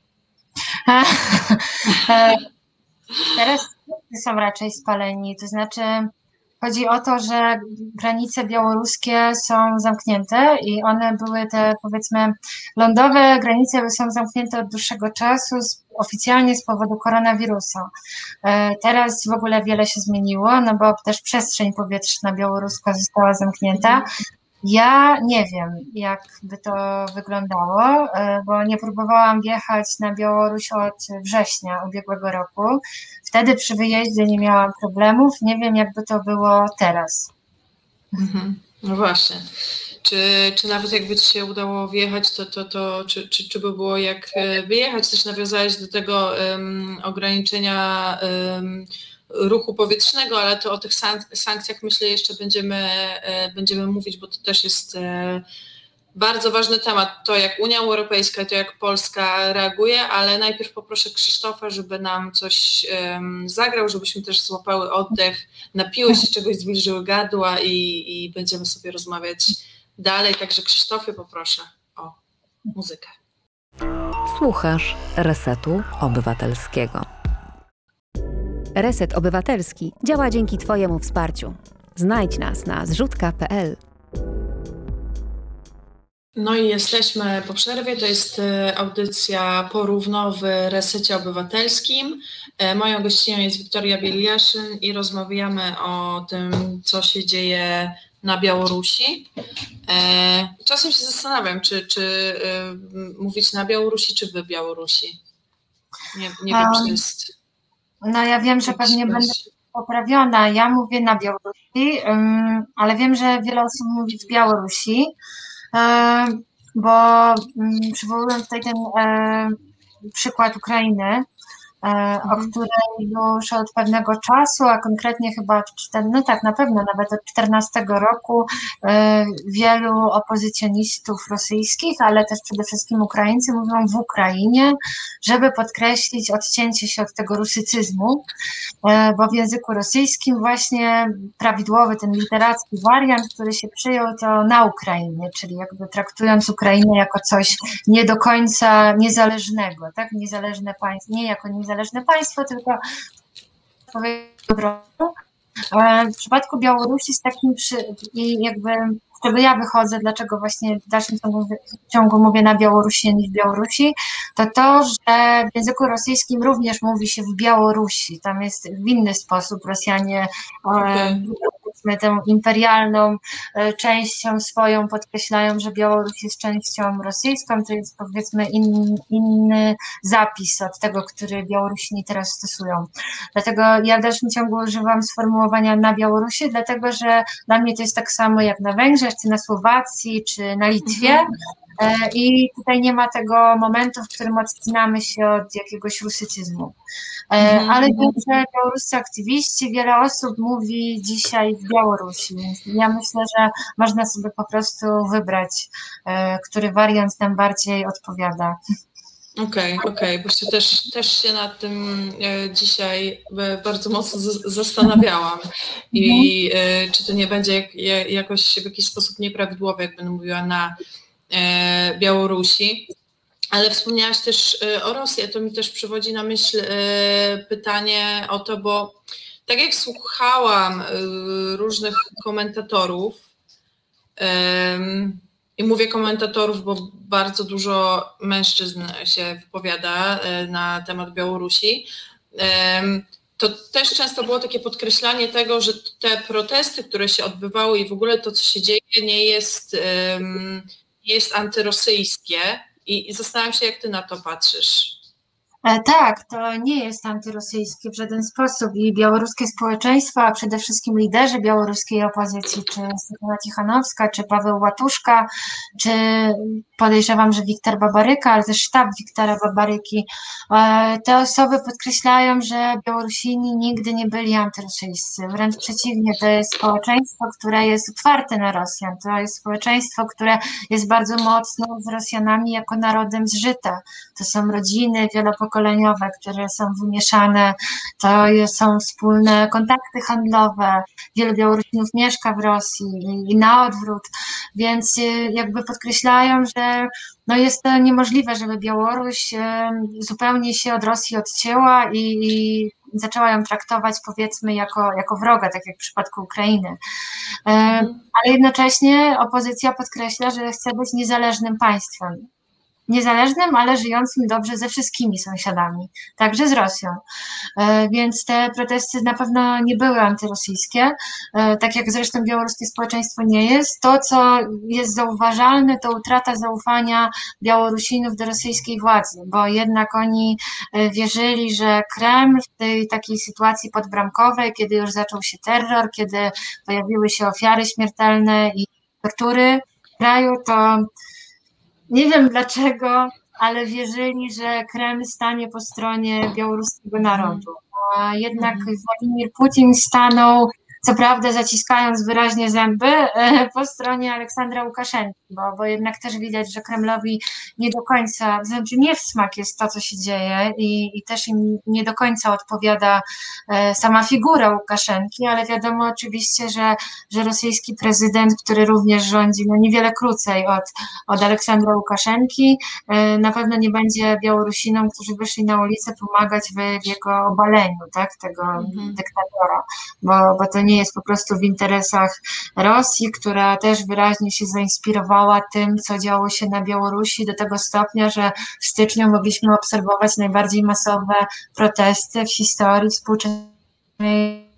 Speaker 3: Teraz są raczej spaleni, to znaczy chodzi o to, że granice białoruskie są zamknięte i one były te, powiedzmy, lądowe granice są zamknięte od dłuższego czasu oficjalnie z powodu koronawirusa. Teraz w ogóle wiele się zmieniło, no bo też przestrzeń powietrzna białoruska została zamknięta. Ja nie wiem, jak by to wyglądało, bo nie próbowałam wjechać na Białoruś od września ubiegłego roku. Wtedy przy wyjeździe nie miałam problemów. Nie wiem, jakby to było teraz.
Speaker 2: Mhm. No właśnie. Czy, czy nawet jakby Ci się udało wjechać, to, to, to czy, czy, czy by było jak wyjechać? Też nawiązałeś do tego um, ograniczenia um, ruchu powietrznego, ale to o tych sankcjach myślę jeszcze będziemy, będziemy mówić, bo to też jest bardzo ważny temat, to jak Unia Europejska, to jak Polska reaguje, ale najpierw poproszę Krzysztofa, żeby nam coś um, zagrał, żebyśmy też złapały oddech, napiły się czegoś, zbliżyły gardła i, i będziemy sobie rozmawiać dalej. Także Krzysztofie, poproszę o muzykę.
Speaker 1: Słuchasz Resetu Obywatelskiego.
Speaker 4: Reset Obywatelski działa dzięki Twojemu wsparciu. Znajdź nas na zrzutka kropka pe el.
Speaker 2: No i jesteśmy po przerwie, to jest audycja Porówno w Resecie Obywatelskim. Moją gościnią jest Wiktoria Bieliaszyn i rozmawiamy o tym, co się dzieje na Białorusi. Czasem się zastanawiam, czy, czy mówić na Białorusi, czy w Białorusi. Nie, nie wiem, czy to jest...
Speaker 3: No ja wiem, że pewnie będę poprawiona. Ja mówię na Białorusi, ale wiem, że wiele osób mówi w Białorusi, bo przywołuję tutaj ten przykład Ukrainy, o której już od pewnego czasu, a konkretnie chyba, no tak, na pewno nawet od czternastego roku wielu opozycjonistów rosyjskich, ale też przede wszystkim Ukraińcy mówią w Ukrainie, żeby podkreślić odcięcie się od tego rusycyzmu, bo w języku rosyjskim właśnie prawidłowy ten literacki wariant, który się przyjął, to na Ukrainie, czyli jakby traktując Ukrainę jako coś nie do końca niezależnego, tak, niezależne państwo, nie jako niezależne Niezależne państwo, tylko w przypadku Białorusi z takim przy, i jakby z czego ja wychodzę, dlaczego właśnie w dalszym ciągu, ciągu mówię na Białorusi niż w Białorusi, to to, że w języku rosyjskim również mówi się w Białorusi. Tam jest w inny sposób Rosjanie okay. e, tę imperialną e, częścią swoją podkreślają, że Białoruś jest częścią rosyjską, to jest powiedzmy in, inny zapis od tego, który Białorusini teraz stosują. Dlatego ja w dalszym ciągu używam sformułowania na Białorusi, dlatego że dla mnie to jest tak samo jak na Węgrzech, czy na Słowacji, czy na Litwie. I tutaj nie ma tego momentu, w którym odcinamy się od jakiegoś rusycyzmu. Mhm. Ale wiem, że białoruscy aktywiści, wiele osób mówi dzisiaj w Białorusi, więc ja myślę, że można sobie po prostu wybrać, który wariant nam bardziej odpowiada.
Speaker 2: Okej, okay, okej, okay, bo się też, też się nad tym e, dzisiaj e, bardzo mocno z, zastanawiałam i e, czy to nie będzie jak, jak, jakoś w jakiś sposób nieprawidłowe, jak będę mówiła, na e, Białorusi. Ale wspomniałaś też e, o Rosji, to mi też przywodzi na myśl e, pytanie o to, bo tak jak słuchałam e, różnych komentatorów, e, i mówię komentatorów, bo bardzo dużo mężczyzn się wypowiada na temat Białorusi, to też często było takie podkreślanie tego, że te protesty, które się odbywały i w ogóle to, co się dzieje, nie jest, nie jest antyrosyjskie. I, i zastanawiam się, jak ty na to patrzysz.
Speaker 3: Tak, to nie jest antyrosyjskie w żaden sposób i białoruskie społeczeństwo, a przede wszystkim liderzy białoruskiej opozycji, czy Svetlana Tichanowska, czy Paweł Łatuszka, czy podejrzewam, że Wiktor Babaryka, ale też sztab Wiktora Babaryki, te osoby podkreślają, że Białorusini nigdy nie byli antyrosyjscy. Wręcz przeciwnie, to jest społeczeństwo, które jest otwarte na Rosjan. To jest społeczeństwo, które jest bardzo mocno z Rosjanami jako narodem zżyte. To są rodziny wielopokoleniowe, które są wymieszane, to są wspólne kontakty handlowe, wielu Białorusinów mieszka w Rosji i, i na odwrót, więc jakby podkreślają, że no jest to niemożliwe, żeby Białoruś zupełnie się od Rosji odcięła i, i zaczęła ją traktować, powiedzmy, jako, jako wroga, tak jak w przypadku Ukrainy. Ale jednocześnie opozycja podkreśla, że chce być niezależnym państwem. Niezależnym, ale żyjącym dobrze ze wszystkimi sąsiadami, także z Rosją. Więc te protesty na pewno nie były antyrosyjskie, tak jak zresztą białoruskie społeczeństwo nie jest. To, co jest zauważalne, to utrata zaufania Białorusinów do rosyjskiej władzy, bo jednak oni wierzyli, że Kreml w tej takiej sytuacji podbramkowej, kiedy już zaczął się terror, kiedy pojawiły się ofiary śmiertelne i tortury w kraju, to nie wiem dlaczego, ale wierzyli, że Kreml stanie po stronie białoruskiego narodu. A jednak Władimir Putin stanął, co prawda zaciskając wyraźnie zęby, po stronie Aleksandra Łukaszenki, bo, bo jednak też widać, że Kremlowi nie do końca, znaczy nie w smak jest to, co się dzieje i, i też im nie do końca odpowiada sama figura Łukaszenki, ale wiadomo oczywiście, że, że rosyjski prezydent, który również rządzi no niewiele krócej od, od Aleksandra Łukaszenki, na pewno nie będzie Białorusinom, którzy wyszli na ulicę, pomagać w, w jego obaleniu, tak, tego mhm. dyktatora, bo, bo to nie jest po prostu w interesach Rosji, która też wyraźnie się zainspirowała tym, co działo się na Białorusi do tego stopnia, że w styczniu mogliśmy obserwować najbardziej masowe protesty w historii współczesnej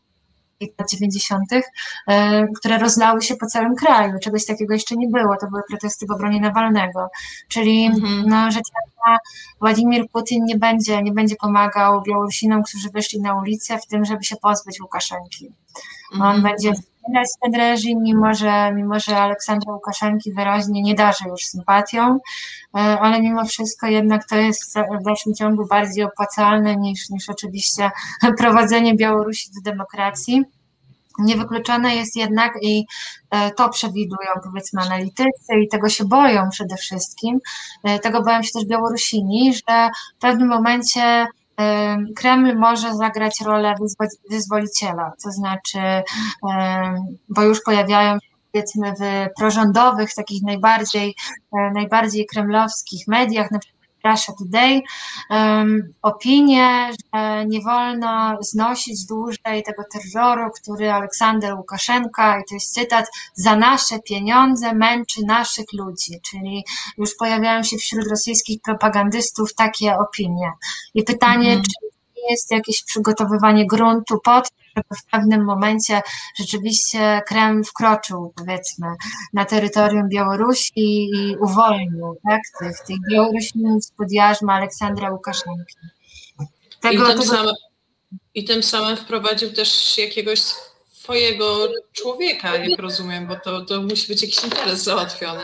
Speaker 3: lat dziewięćdziesiątych, które rozlały się po całym kraju. Czegoś takiego jeszcze nie było. To były protesty w obronie Nawalnego. Czyli mhm. no, rzecz jasna, Władimir Putin nie będzie, nie będzie pomagał Białorusinom, którzy wyszli na ulicę w tym, żeby się pozbyć Łukaszenki. Mhm. On będzie wspierać ten reżim, mimo że, mimo że Aleksandra Łukaszenki wyraźnie nie darzy już sympatią, ale mimo wszystko jednak to jest w dalszym ciągu bardziej opłacalne niż, niż oczywiście prowadzenie Białorusi do demokracji. Niewykluczone jest jednak i to przewidują powiedzmy analitycy i tego się boją przede wszystkim, tego boją się też Białorusini, że w pewnym momencie Kreml może zagrać rolę wyzwoliciela, to znaczy, bo już pojawiają się powiedzmy w prorządowych, takich najbardziej, najbardziej kremlowskich mediach, na przykład Russia Today, um, opinię, że nie wolno znosić dłużej tego terroru, który Aleksander Łukaszenka, i to jest cytat, za nasze pieniądze męczy naszych ludzi, czyli już pojawiają się wśród rosyjskich propagandystów takie opinie. I pytanie, mm. czy jest jakieś przygotowywanie gruntu pod żeby w pewnym momencie rzeczywiście Kreml wkroczył, powiedzmy, na terytorium Białorusi i uwolnił, tak, tych, tych Białorusinów spod jarzma Aleksandra Łukaszenki.
Speaker 2: Tego, I, tym tego... Samym, I tym samym wprowadził też jakiegoś swojego człowieka, jak rozumiem, bo to, to musi być jakiś interes załatwiony.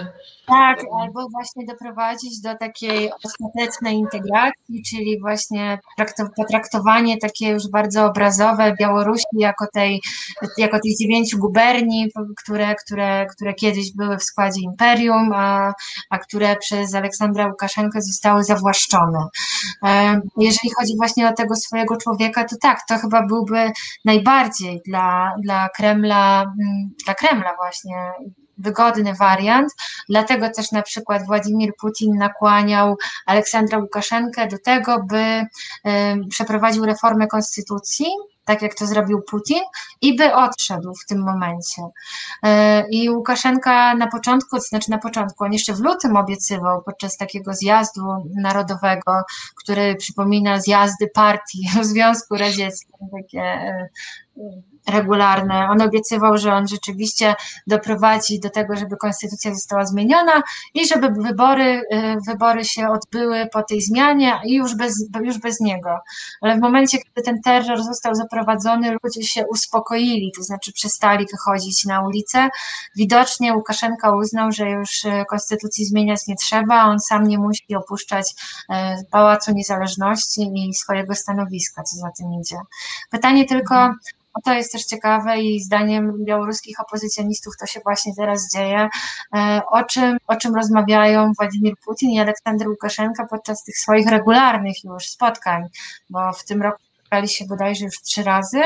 Speaker 3: Tak, albo właśnie doprowadzić do takiej ostatecznej integracji, czyli właśnie trakto- potraktowanie takie już bardzo obrazowe Białorusi jako tej, jako tych dziewięciu guberni, które, które, które kiedyś były w składzie imperium, a, a które przez Aleksandra Łukaszenkę zostały zawłaszczone. E, Jeżeli chodzi właśnie o tego swojego człowieka, to tak, to chyba byłby najbardziej dla, dla Kremla, mm, dla Kremla właśnie wygodny wariant, dlatego też na przykład Władimir Putin nakłaniał Aleksandra Łukaszenkę do tego, by y, przeprowadził reformę konstytucji, tak jak to zrobił Putin, i by odszedł w tym momencie. Y, I Łukaszenka na początku, to znaczy na początku, on jeszcze w lutym obiecywał podczas takiego zjazdu narodowego, który przypomina zjazdy partii w Związku Radzieckim, takie y, y, regularne. On obiecywał, że on rzeczywiście doprowadzi do tego, żeby konstytucja została zmieniona i żeby wybory, wybory się odbyły po tej zmianie i już bez, już bez niego. Ale w momencie, kiedy ten terror został zaprowadzony, ludzie się uspokoili, to znaczy przestali wychodzić na ulicę. Widocznie Łukaszenka uznał, że już konstytucji zmieniać nie trzeba, on sam nie musi opuszczać Pałacu Niezależności i swojego stanowiska, co za tym idzie. Pytanie tylko, no to jest też ciekawe i zdaniem białoruskich opozycjonistów to się właśnie teraz dzieje, o czym, o czym rozmawiają Władimir Putin i Aleksander Łukaszenka podczas tych swoich regularnych już spotkań, bo w tym roku spotkali się bodajże już trzy razy,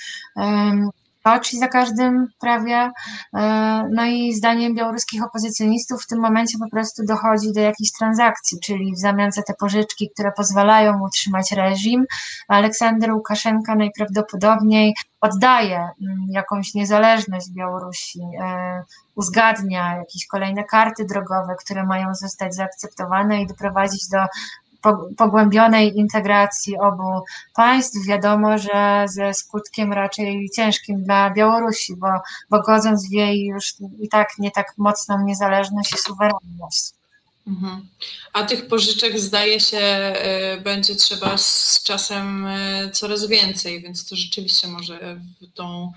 Speaker 3: czyli za każdym prawie. No i zdaniem białoruskich opozycjonistów w tym momencie po prostu dochodzi do jakichś transakcji, czyli w zamian za te pożyczki, które pozwalają utrzymać reżim, Aleksander Łukaszenka najprawdopodobniej oddaje jakąś niezależność Białorusi, uzgadnia jakieś kolejne karty drogowe, które mają zostać zaakceptowane i doprowadzić do pogłębionej integracji obu państw. Wiadomo, że ze skutkiem raczej ciężkim dla Białorusi, bo, bo godząc w jej już i tak nie tak mocną niezależność i suwerenność.
Speaker 2: Mhm. A tych pożyczek zdaje się będzie trzeba z czasem coraz więcej, więc to rzeczywiście może w tą,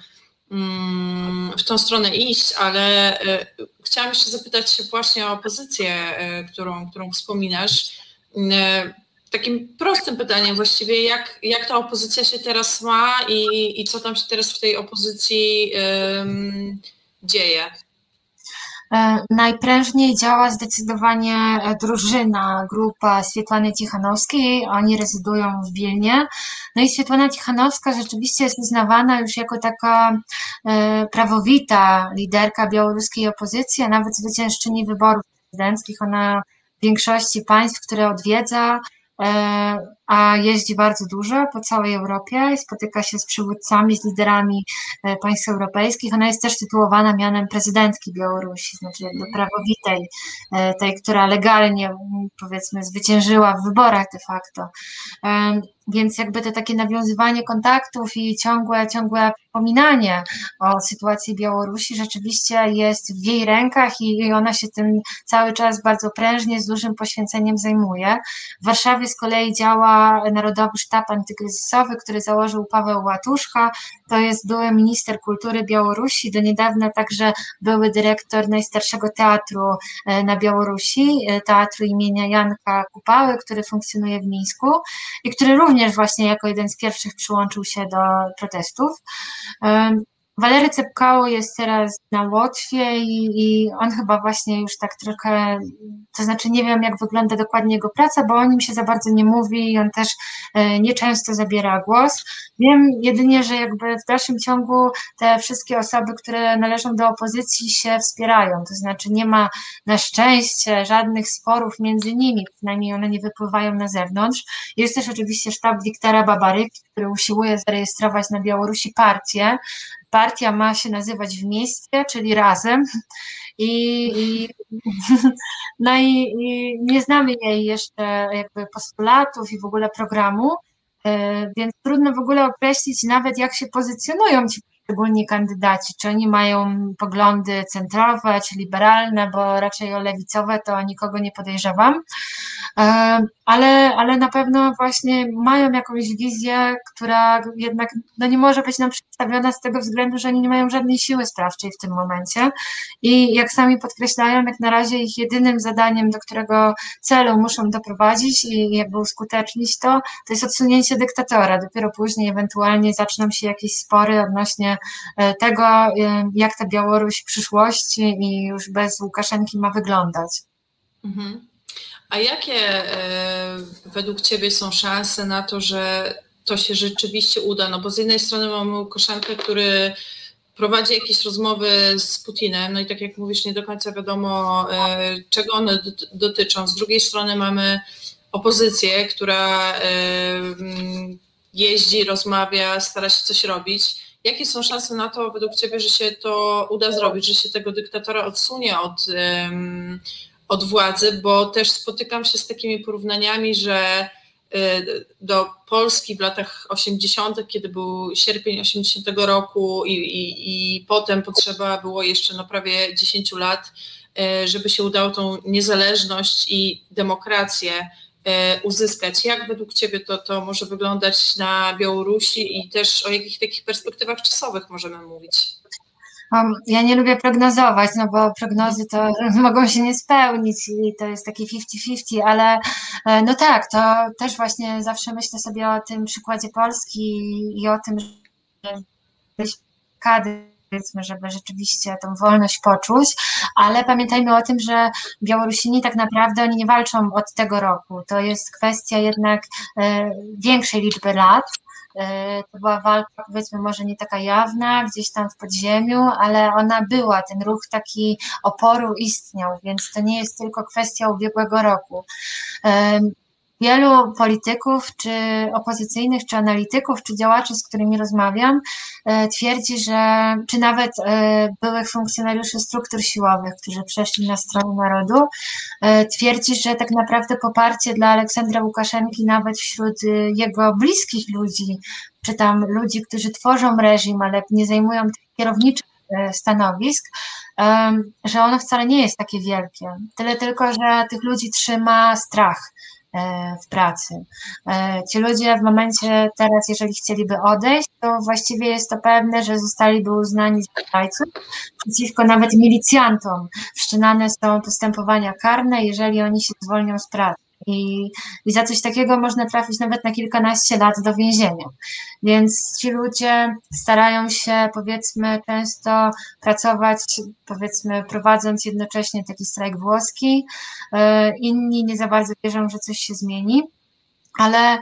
Speaker 2: w tą stronę iść, ale chciałam jeszcze zapytać się właśnie o opozycję, którą, którą wspominasz. Takim prostym pytaniem właściwie, jak, jak ta opozycja się teraz ma i, i co tam się teraz w tej opozycji um, dzieje?
Speaker 3: Najprężniej działa zdecydowanie drużyna, grupa Swietłany Cichanowskiej, oni rezydują w Wilnie. No i Swietłana Cichanowska rzeczywiście jest uznawana już jako taka prawowita liderka białoruskiej opozycji, a nawet zwyciężczyni wyborów prezydenckich. Ona w większości państw, które odwiedza, a jeździ bardzo dużo po całej Europie, spotyka się z przywódcami, z liderami państw europejskich. Ona jest też tytułowana mianem prezydentki Białorusi, znaczy jakby prawowitej, tej, która legalnie, powiedzmy, zwyciężyła w wyborach de facto. Więc jakby to takie nawiązywanie kontaktów i ciągłe, ciągłe przypominanie o sytuacji Białorusi rzeczywiście jest w jej rękach i ona się tym cały czas bardzo prężnie, z dużym poświęceniem zajmuje. W Warszawie z kolei działa Narodowy Sztab Antykryzysowy, który założył Paweł Łatuszka. To jest były minister kultury Białorusi, do niedawna także były dyrektor najstarszego teatru na Białorusi, teatru imienia Janka Kupały, który funkcjonuje w Mińsku i który również właśnie jako jeden z pierwszych przyłączył się do protestów. Walery Cepkało jest teraz na Łotwie i, i on chyba właśnie już tak trochę, to znaczy nie wiem, jak wygląda dokładnie jego praca, bo o nim się za bardzo nie mówi i on też nieczęsto zabiera głos. Wiem jedynie, że jakby w dalszym ciągu te wszystkie osoby, które należą do opozycji, się wspierają, to znaczy nie ma na szczęście żadnych sporów między nimi, przynajmniej one nie wypływają na zewnątrz. Jest też oczywiście sztab Wiktora Babaryki, który usiłuje zarejestrować na Białorusi partię. Partia ma się nazywać W mieście, czyli Razem. I, i, no i, i nie znamy jej jeszcze jakby postulatów i w ogóle programu, więc trudno w ogóle określić nawet, jak się pozycjonują ci poszczególni kandydaci, czy oni mają poglądy centrowe, czy liberalne, bo raczej o lewicowe to nikogo nie podejrzewam, ale, ale na pewno właśnie mają jakąś wizję, która jednak no nie może być nam przedstawiona z tego względu, że oni nie mają żadnej siły sprawczej w tym momencie i jak sami podkreślają, jak na razie ich jedynym zadaniem, do którego celu muszą doprowadzić i jakby uskutecznić to, to jest odsunięcie dyktatora. Dopiero później ewentualnie zaczną się jakieś spory odnośnie tego, jak ta Białoruś w przyszłości i już bez Łukaszenki ma wyglądać.
Speaker 2: Mhm. A jakie e, według Ciebie są szanse na to, że to się rzeczywiście uda? No bo z jednej strony mamy Łukaszenkę, który prowadzi jakieś rozmowy z Putinem, no i tak jak mówisz, nie do końca wiadomo, e, czego one dotyczą. Z drugiej strony mamy opozycję, która e, jeździ, rozmawia, stara się coś robić. Jakie są szanse na to według Ciebie, że się to uda zrobić, że się tego dyktatora odsunie od, um, od władzy, bo też spotykam się z takimi porównaniami, że y, do Polski w latach osiemdziesiątych, kiedy był sierpień osiemdziesiątego roku i, i, i potem potrzeba było jeszcze no prawie dziesięć lat, y, żeby się udało tą niezależność i demokrację uzyskać. Jak według Ciebie to, to może wyglądać na Białorusi i też o jakich takich perspektywach czasowych możemy mówić?
Speaker 3: Ja nie lubię prognozować, no bo prognozy to mogą się nie spełnić i to jest takie fifty fifty, ale no tak, to też właśnie zawsze myślę sobie o tym przykładzie Polski i o tym, że kady, powiedzmy, żeby rzeczywiście tą wolność poczuć, ale pamiętajmy o tym, że Białorusini tak naprawdę oni nie walczą od tego roku. To jest kwestia jednak e, większej liczby lat. E, to była walka, powiedzmy, może nie taka jawna, gdzieś tam w podziemiu, ale ona była, ten ruch taki oporu istniał, więc to nie jest tylko kwestia ubiegłego roku. E, Wielu polityków, czy opozycyjnych, czy analityków, czy działaczy, z którymi rozmawiam, twierdzi, że, czy nawet byłych funkcjonariuszy struktur siłowych, którzy przeszli na stronę narodu, twierdzi, że tak naprawdę poparcie dla Aleksandra Łukaszenki nawet wśród jego bliskich ludzi, czy tam ludzi, którzy tworzą reżim, ale nie zajmują kierowniczych stanowisk, że ono wcale nie jest takie wielkie. Tyle tylko, że tych ludzi trzyma strach w pracy. Ci ludzie w momencie teraz, jeżeli chcieliby odejść, to właściwie jest to pewne, że zostaliby uznani za zdrajców. Przeciwko nawet milicjantom wszczynane są postępowania karne, jeżeli oni się zwolnią z pracy. I, I za coś takiego można trafić nawet na kilkanaście lat do więzienia. Więc ci ludzie starają się, powiedzmy, często pracować, powiedzmy, prowadząc jednocześnie taki strajk włoski. Inni nie za bardzo wierzą, że coś się zmieni, ale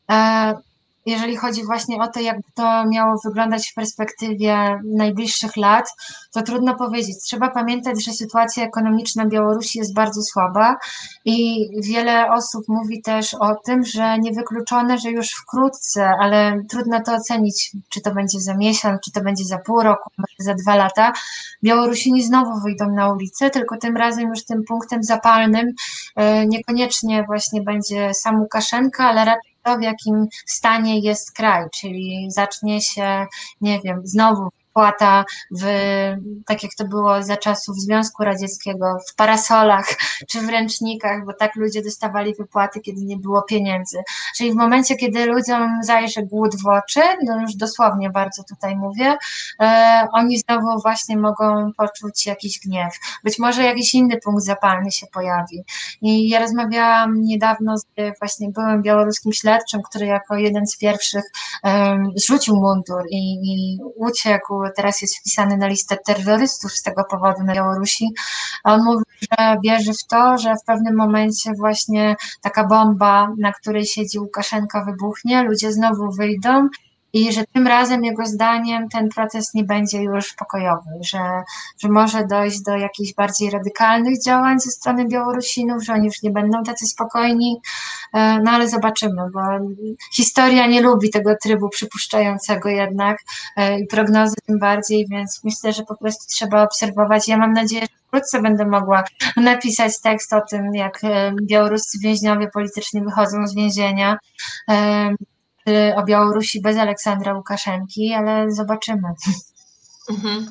Speaker 3: jeżeli chodzi właśnie o to, jak to miało wyglądać w perspektywie najbliższych lat, to trudno powiedzieć. Trzeba pamiętać, że sytuacja ekonomiczna Białorusi jest bardzo słaba i wiele osób mówi też o tym, że niewykluczone, że już wkrótce, ale trudno to ocenić, czy to będzie za miesiąc, czy to będzie za pół roku, może za dwa lata, Białorusini znowu wyjdą na ulicę, tylko tym razem już tym punktem zapalnym niekoniecznie właśnie będzie sam Łukaszenka, ale raczej to, w jakim stanie jest kraj, czyli zacznie się, nie wiem, znowu wypłata w, tak jak to było za czasów Związku Radzieckiego, w parasolach czy w ręcznikach, bo tak ludzie dostawali wypłaty, kiedy nie było pieniędzy. Czyli w momencie, kiedy ludziom zajrzy głód w oczy, no już dosłownie bardzo tutaj mówię, e, oni znowu właśnie mogą poczuć jakiś gniew. Być może jakiś inny punkt zapalny się pojawi. I ja rozmawiałam niedawno z właśnie byłym białoruskim śledczym, który jako jeden z pierwszych um, zrzucił mundur i, i uciekł, teraz jest wpisany na listę terrorystów z tego powodu na Białorusi. On mówi, że wierzy w to, że w pewnym momencie właśnie taka bomba, na której siedzi Łukaszenka, wybuchnie, ludzie znowu wyjdą i że tym razem jego zdaniem ten proces nie będzie już pokojowy, że, że może dojść do jakichś bardziej radykalnych działań ze strony Białorusinów, że oni już nie będą tacy spokojni, no ale zobaczymy, bo historia nie lubi tego trybu przypuszczającego jednak i prognozy tym bardziej, więc myślę, że po prostu trzeba obserwować. Ja mam nadzieję, że wkrótce będę mogła napisać tekst o tym, jak białoruscy więźniowie polityczni wychodzą z więzienia, o Białorusi bez Aleksandra Łukaszenki, ale zobaczymy.
Speaker 2: Mhm.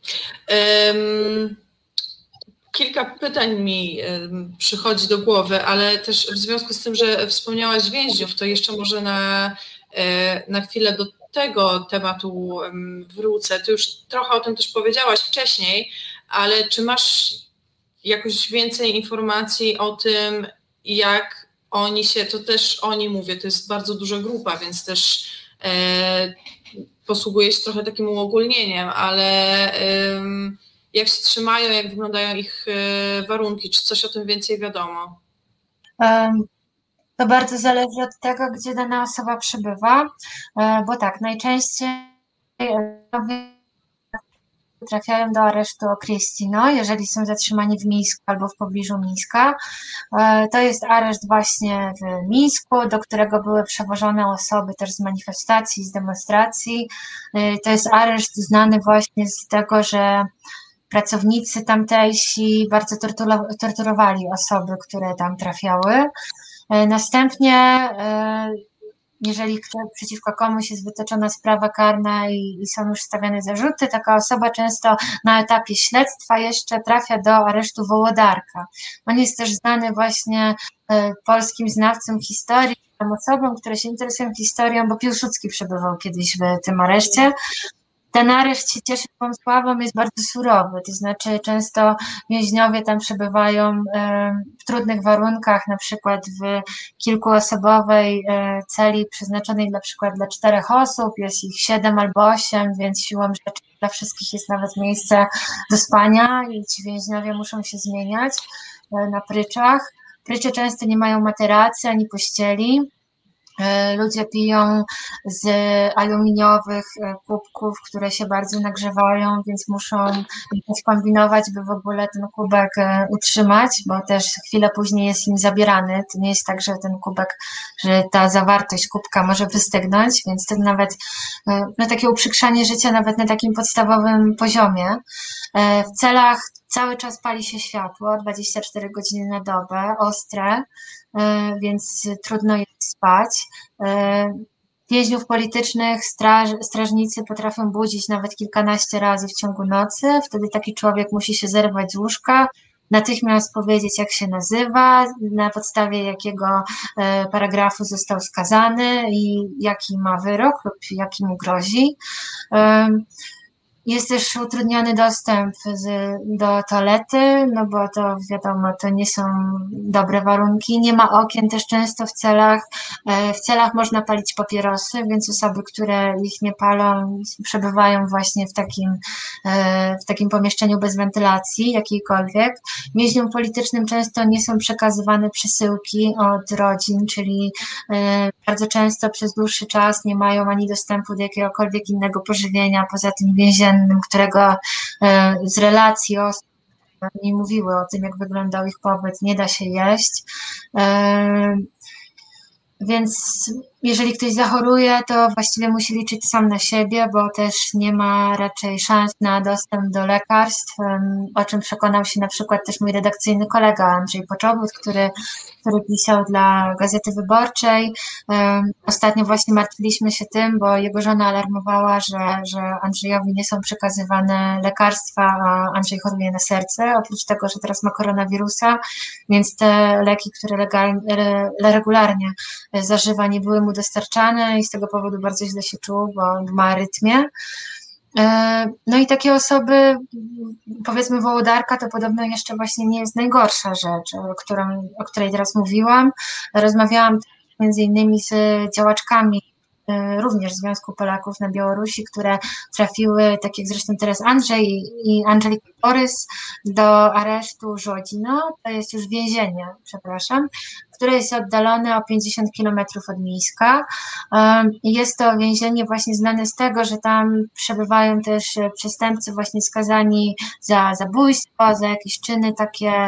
Speaker 2: Um, kilka pytań mi um, przychodzi do głowy, ale też w związku z tym, że wspomniałaś więźniów, to jeszcze może na, na chwilę do tego tematu um, wrócę. Ty już trochę o tym też powiedziałaś wcześniej, ale czy masz jakoś więcej informacji o tym, jak oni się, to też oni mówię, to jest bardzo duża grupa, więc też e, posługuję się trochę takim uogólnieniem, ale e, jak się trzymają, jak wyglądają ich e, warunki, czy coś o tym więcej wiadomo?
Speaker 3: Um, To bardzo zależy od tego, gdzie dana osoba przebywa, e, bo tak, najczęściej e, trafiają do aresztu Okrycino, jeżeli są zatrzymani w Mińsku albo w pobliżu Mińska. E, To jest areszt właśnie w Mińsku, do którego były przewożone osoby też z manifestacji, z demonstracji. E, To jest areszt znany właśnie z tego, że pracownicy tamtejsi bardzo torturowali osoby, które tam trafiały. E, Następnie, e, jeżeli przeciwko komuś jest wytoczona sprawa karna i, i są już stawiane zarzuty, taka osoba często na etapie śledztwa jeszcze trafia do aresztu Wołodarka. On jest też znany właśnie e, polskim znawcom historii, tym osobom, które się interesują historią, bo Piłsudski przebywał kiedyś w tym areszcie. Ten areszt się cieszy tą sławą, jest bardzo surowy, to znaczy często więźniowie tam przebywają w trudnych warunkach, na przykład w kilkuosobowej celi przeznaczonej na przykład dla czterech osób, jest ich siedem albo osiem, więc siłą rzeczy dla wszystkich jest nawet miejsce do spania i ci więźniowie muszą się zmieniać na pryczach. Prycze często nie mają materacy ani pościeli. Ludzie piją z aluminiowych kubków, które się bardzo nagrzewają, więc muszą jakoś kombinować, by w ogóle ten kubek utrzymać, bo też chwilę później jest im zabierany. To nie jest tak, że ten kubek, że ta zawartość kubka może wystygnąć, więc to nawet no, takie uprzykrzanie życia nawet na takim podstawowym poziomie. W celach cały czas pali się światło, dwadzieścia cztery godziny na dobę, ostre, więc trudno jest spać. Więźniów politycznych straż, strażnicy potrafią budzić nawet kilkanaście razy w ciągu nocy. Wtedy taki człowiek musi się zerwać z łóżka, natychmiast powiedzieć, jak się nazywa, na podstawie jakiego paragrafu został skazany i jaki ma wyrok lub jaki mu grozi. Jest też utrudniony dostęp z, do toalety, no bo to wiadomo, to nie są dobre warunki. Nie ma okien też często w celach. W celach można palić papierosy, więc osoby, które ich nie palą, przebywają właśnie w takim, w takim pomieszczeniu bez wentylacji jakiejkolwiek. Więźniom politycznym często nie są przekazywane przesyłki od rodzin, czyli bardzo często przez dłuższy czas nie mają ani dostępu do jakiegokolwiek innego pożywienia poza tym więziennym, którego z relacji osób mi mówiły o tym, jak wyglądał ich pobyt, nie da się jeść. Więc jeżeli ktoś zachoruje, to właściwie musi liczyć sam na siebie, bo też nie ma raczej szans na dostęp do lekarstw, o czym przekonał się na przykład też mój redakcyjny kolega Andrzej Poczobut, który, który pisał dla Gazety Wyborczej. Ostatnio właśnie martwiliśmy się tym, bo jego żona alarmowała, że, że Andrzejowi nie są przekazywane lekarstwa, a Andrzej choruje na serce, oprócz tego, że teraz ma koronawirusa, więc te leki, które legalnie, regularnie zażywa, nie były mu dostarczane i z tego powodu bardzo źle się czuł, bo ma arytmię. No i takie osoby, powiedzmy Wołodarka, to podobno jeszcze właśnie nie jest najgorsza rzecz, o, którą, o której teraz mówiłam. Rozmawiałam między innymi z działaczkami również Związku Polaków na Białorusi, które trafiły, tak jak zresztą teraz Andrzej i Angelika Borys, do aresztu Żodzino, to jest już więzienie, przepraszam, które jest oddalone o pięćdziesiąt kilometrów od Mińska. Jest to więzienie właśnie znane z tego, że tam przebywają też przestępcy właśnie skazani za zabójstwo, za jakieś czyny takie,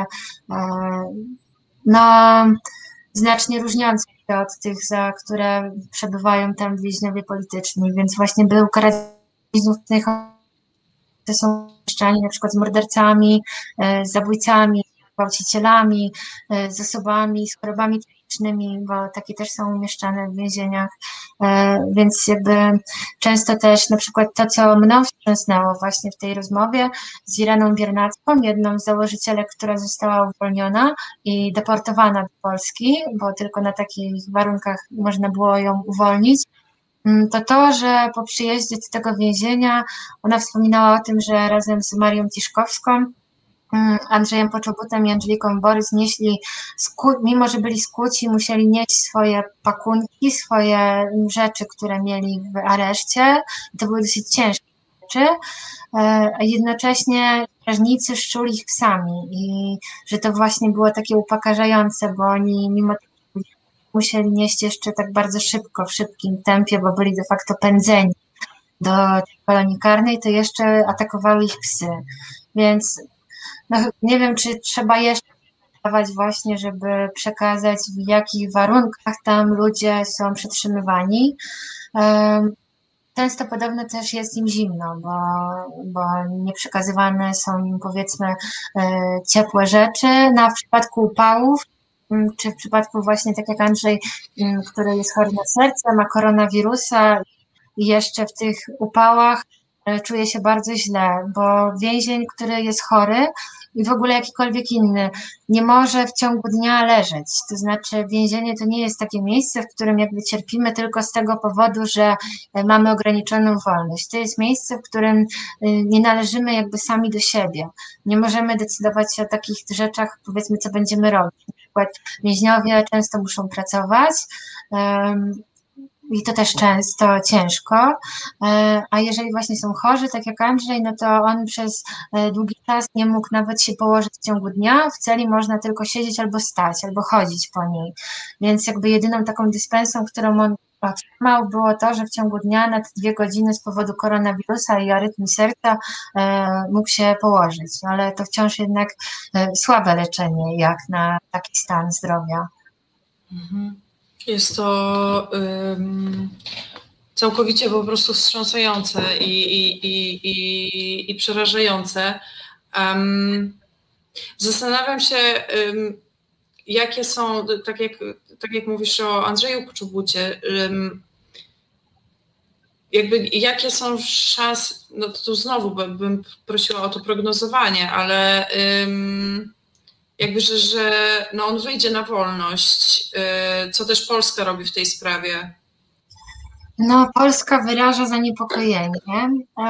Speaker 3: no, znacznie różniące się od tych, za które przebywają tam więźniowie polityczni, więc właśnie był karany więźniów, to są mieszczani na przykład z mordercami, z zabójcami, gwałcicielami, z osobami z chorobami politycznymi, bo takie też są umieszczane w więzieniach, więc jakby często też na przykład to, co mną wstrząsnęło właśnie w tej rozmowie z Ireną Biernacką, jedną z założycielek, która została uwolniona i deportowana do Polski, bo tylko na takich warunkach można było ją uwolnić, to to, że po przyjeździe do tego więzienia ona wspominała o tym, że razem z Marią Tiszkowską, Andrzejem Poczobutem i Angeliką Borys nieśli, mimo że byli skłuci, musieli nieść swoje pakunki, swoje rzeczy, które mieli w areszcie. To były dosyć ciężkie rzeczy, a jednocześnie strażnicy szczuli ich psami i że to właśnie było takie upokarzające, bo oni mimo tego musieli nieść jeszcze tak bardzo szybko, w szybkim tempie, bo byli de facto pędzeni do kolonii karnej, to jeszcze atakowały ich psy. Więc no, nie wiem, czy trzeba jeszcze dawać właśnie, żeby przekazać, w jakich warunkach tam ludzie są przetrzymywani. Często podobno też jest im zimno, bo, bo nie przekazywane są im, powiedzmy, ciepłe rzeczy. Na w przypadku upałów, czy w przypadku właśnie tak jak Andrzej, który jest chory na serce, ma koronawirusa i jeszcze w tych upałach czuje się bardzo źle, bo więzień, który jest chory i w ogóle jakikolwiek inny, nie może w ciągu dnia leżeć. To znaczy więzienie to nie jest takie miejsce, w którym jakby cierpimy tylko z tego powodu, że mamy ograniczoną wolność. To jest miejsce, w którym nie należymy jakby sami do siebie. Nie możemy decydować się o takich rzeczach, powiedzmy, co będziemy robić. Na przykład więźniowie często muszą pracować, i to też często ciężko, a jeżeli właśnie są chorzy, tak jak Andrzej, no to on przez długi czas nie mógł nawet się położyć w ciągu dnia, w celi można tylko siedzieć albo stać, albo chodzić po niej, więc jakby jedyną taką dyspensą, którą on otrzymał, było to, że w ciągu dnia na te dwie godziny z powodu koronawirusa i arytmii serca mógł się położyć, ale to wciąż jednak słabe leczenie jak na taki stan zdrowia.
Speaker 2: Mhm. Jest to um, całkowicie po prostu wstrząsające i, i, i, i, i przerażające. Um, zastanawiam się, um, jakie są, tak jak, tak jak mówisz o Andrzeju Poczobucie, um, jakby jakie są szanse, no to tu znowu bym, bym prosiła o to prognozowanie, ale um, jakby, że, że no on wyjdzie na wolność, co też Polska robi w tej sprawie?
Speaker 3: No, Polska wyraża zaniepokojenie.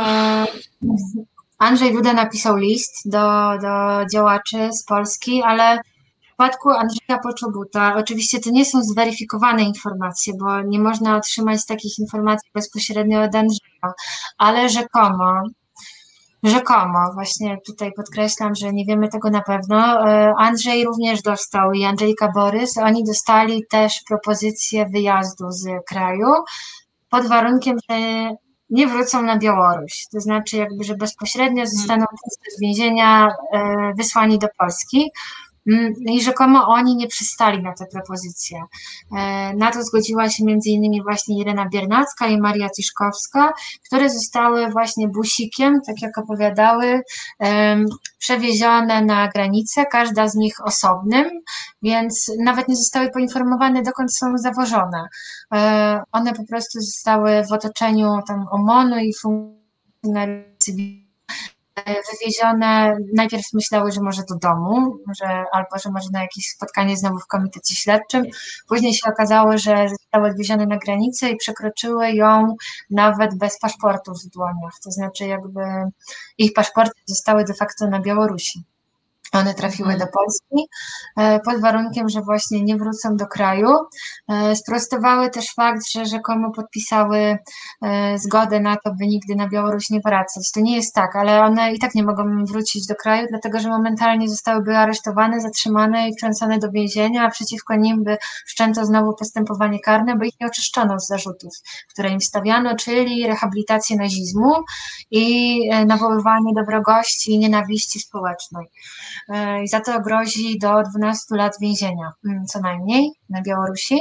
Speaker 3: Andrzej Duda napisał list do, do działaczy z Polski, ale w przypadku Andrzeja Poczobuta oczywiście to nie są zweryfikowane informacje, bo nie można otrzymać takich informacji bezpośrednio od Andrzeja, ale rzekomo, Rzekomo, właśnie tutaj podkreślam, że nie wiemy tego na pewno. Andrzej również dostał i Angelika Borys, oni dostali też propozycję wyjazdu z kraju pod warunkiem, że nie wrócą na Białoruś. To znaczy jakby, że bezpośrednio zostaną z więzienia wysłani do Polski. I rzekomo oni nie przystali na tę propozycję. Na to zgodziła się między innymi właśnie Irena Biernacka i Maria Tiszkowska, które zostały właśnie busikiem, tak jak opowiadały, przewiezione na granicę, każda z nich osobnym, więc nawet nie zostały poinformowane, dokąd są zawożone. One po prostu zostały w otoczeniu tam O M O N-u i funkcjonariuszy cywilnych wywiezione, najpierw myślały, że może do domu, że, albo że może na jakieś spotkanie znowu w komitecie śledczym, później się okazało, że zostały odwiezione na granicę i przekroczyły ją nawet bez paszportów w dłoniach, to znaczy jakby ich paszporty zostały de facto na Białorusi. One trafiły do Polski pod warunkiem, że właśnie nie wrócą do kraju. Sprostowały też fakt, że rzekomo podpisały zgodę na to, by nigdy na Białoruś nie wracać. To nie jest tak, ale one i tak nie mogą wrócić do kraju, dlatego że momentalnie zostałyby aresztowane, zatrzymane i wtrącone do więzienia, a przeciwko nim by wszczęto znowu postępowanie karne, bo ich nie oczyszczono z zarzutów, które im stawiano, czyli rehabilitację nazizmu i nawoływanie do wrogości i nienawiści społecznej. I za to grozi do dwunastu lat więzienia, co najmniej na Białorusi.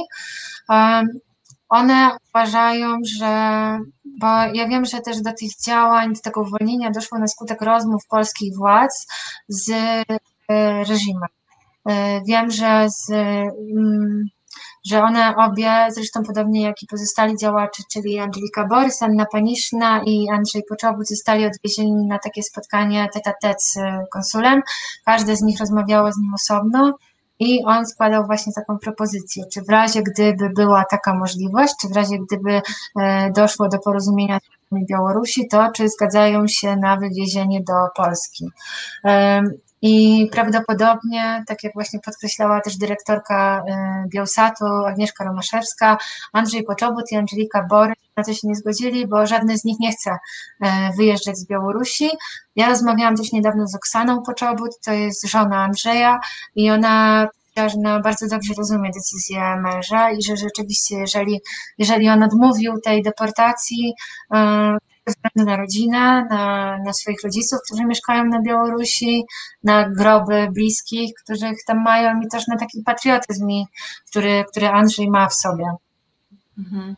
Speaker 3: One uważają, że, bo ja wiem, że też do tych działań, do tego uwolnienia doszło na skutek rozmów polskich władz z reżimem. Wiem, że z że one obie, zresztą podobnie jak i pozostali działacze, czyli Angelika Borys, Anna Paniszna i Andrzej Poczobut, zostali odwiezieni na takie spotkanie tete-a-tete z konsulem. Każde z nich rozmawiało z nim osobno i on składał właśnie taką propozycję, czy w razie gdyby była taka możliwość, czy w razie gdyby doszło do porozumienia z Białorusi, to czy zgadzają się na wywiezienie do Polski. I prawdopodobnie, tak jak właśnie podkreślała też dyrektorka Bielsatu Agnieszka Romaszewska, Andrzej Poczobut i Angelika Borys na to się nie zgodzili, bo żadny z nich nie chce wyjeżdżać z Białorusi. Ja rozmawiałam też niedawno z Oksaną Poczobut, to jest żona Andrzeja i ona powiedziała, że ona bardzo dobrze rozumie decyzję męża i że rzeczywiście, jeżeli, jeżeli on odmówił tej deportacji, ze względu na rodzinę, na, na swoich rodziców, którzy mieszkają na Białorusi, na groby bliskich, których tam mają i też na taki patriotyzm, który, który Andrzej ma w sobie.
Speaker 2: Mhm.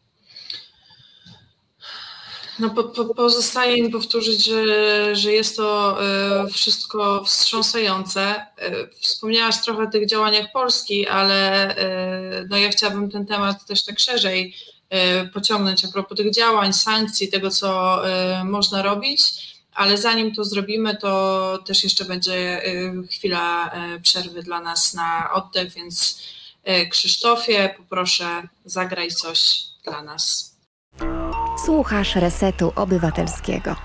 Speaker 2: No po, po, pozostaje mi powtórzyć, że, że jest to y, wszystko wstrząsające. Y, wspomniałaś trochę o tych działaniach Polski, ale y, no ja chciałabym ten temat też tak szerzej y, pociągnąć a propos tych działań, sankcji, tego co y, można robić, ale zanim to zrobimy, to też jeszcze będzie y, chwila y, przerwy dla nas na oddech, więc y, Krzysztofie, poproszę, zagraj coś dla nas.
Speaker 4: Słuchasz Resetu Obywatelskiego.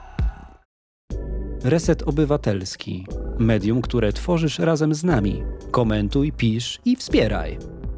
Speaker 5: Reset Obywatelski. Medium, które tworzysz razem z nami. Komentuj, pisz i wspieraj.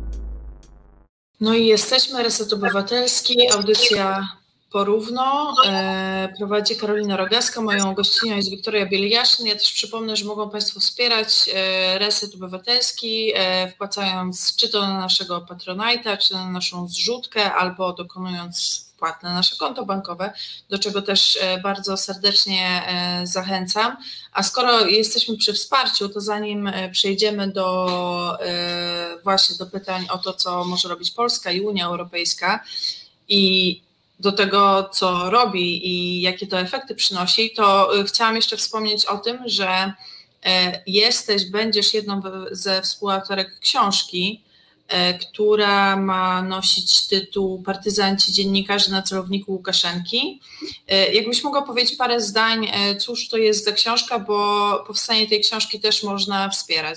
Speaker 2: No i jesteśmy, Reset Obywatelski, audycja Porówno. E, prowadzi Karolina Rogaska, moją gościnią jest Wiktoria Bieliaszyn. Ja też przypomnę, że mogą Państwo wspierać e, Reset Obywatelski, e, wpłacając czy to na naszego Patronite'a, czy na naszą zrzutkę, albo dokonując wpłat na nasze konto bankowe, do czego też e, bardzo serdecznie e, zachęcam. A skoro jesteśmy przy wsparciu, to zanim przejdziemy do e, właśnie do pytań o to, co może robić Polska i Unia Europejska i do tego, co robi i jakie to efekty przynosi, to chciałam jeszcze wspomnieć o tym, że jesteś, będziesz jedną ze współautorek książki, która ma nosić tytuł Partyzanci dziennikarzy na celowniku Łukaszenki. Jakbyś mogła powiedzieć parę zdań, cóż to jest za książka, bo powstanie tej książki też można wspierać.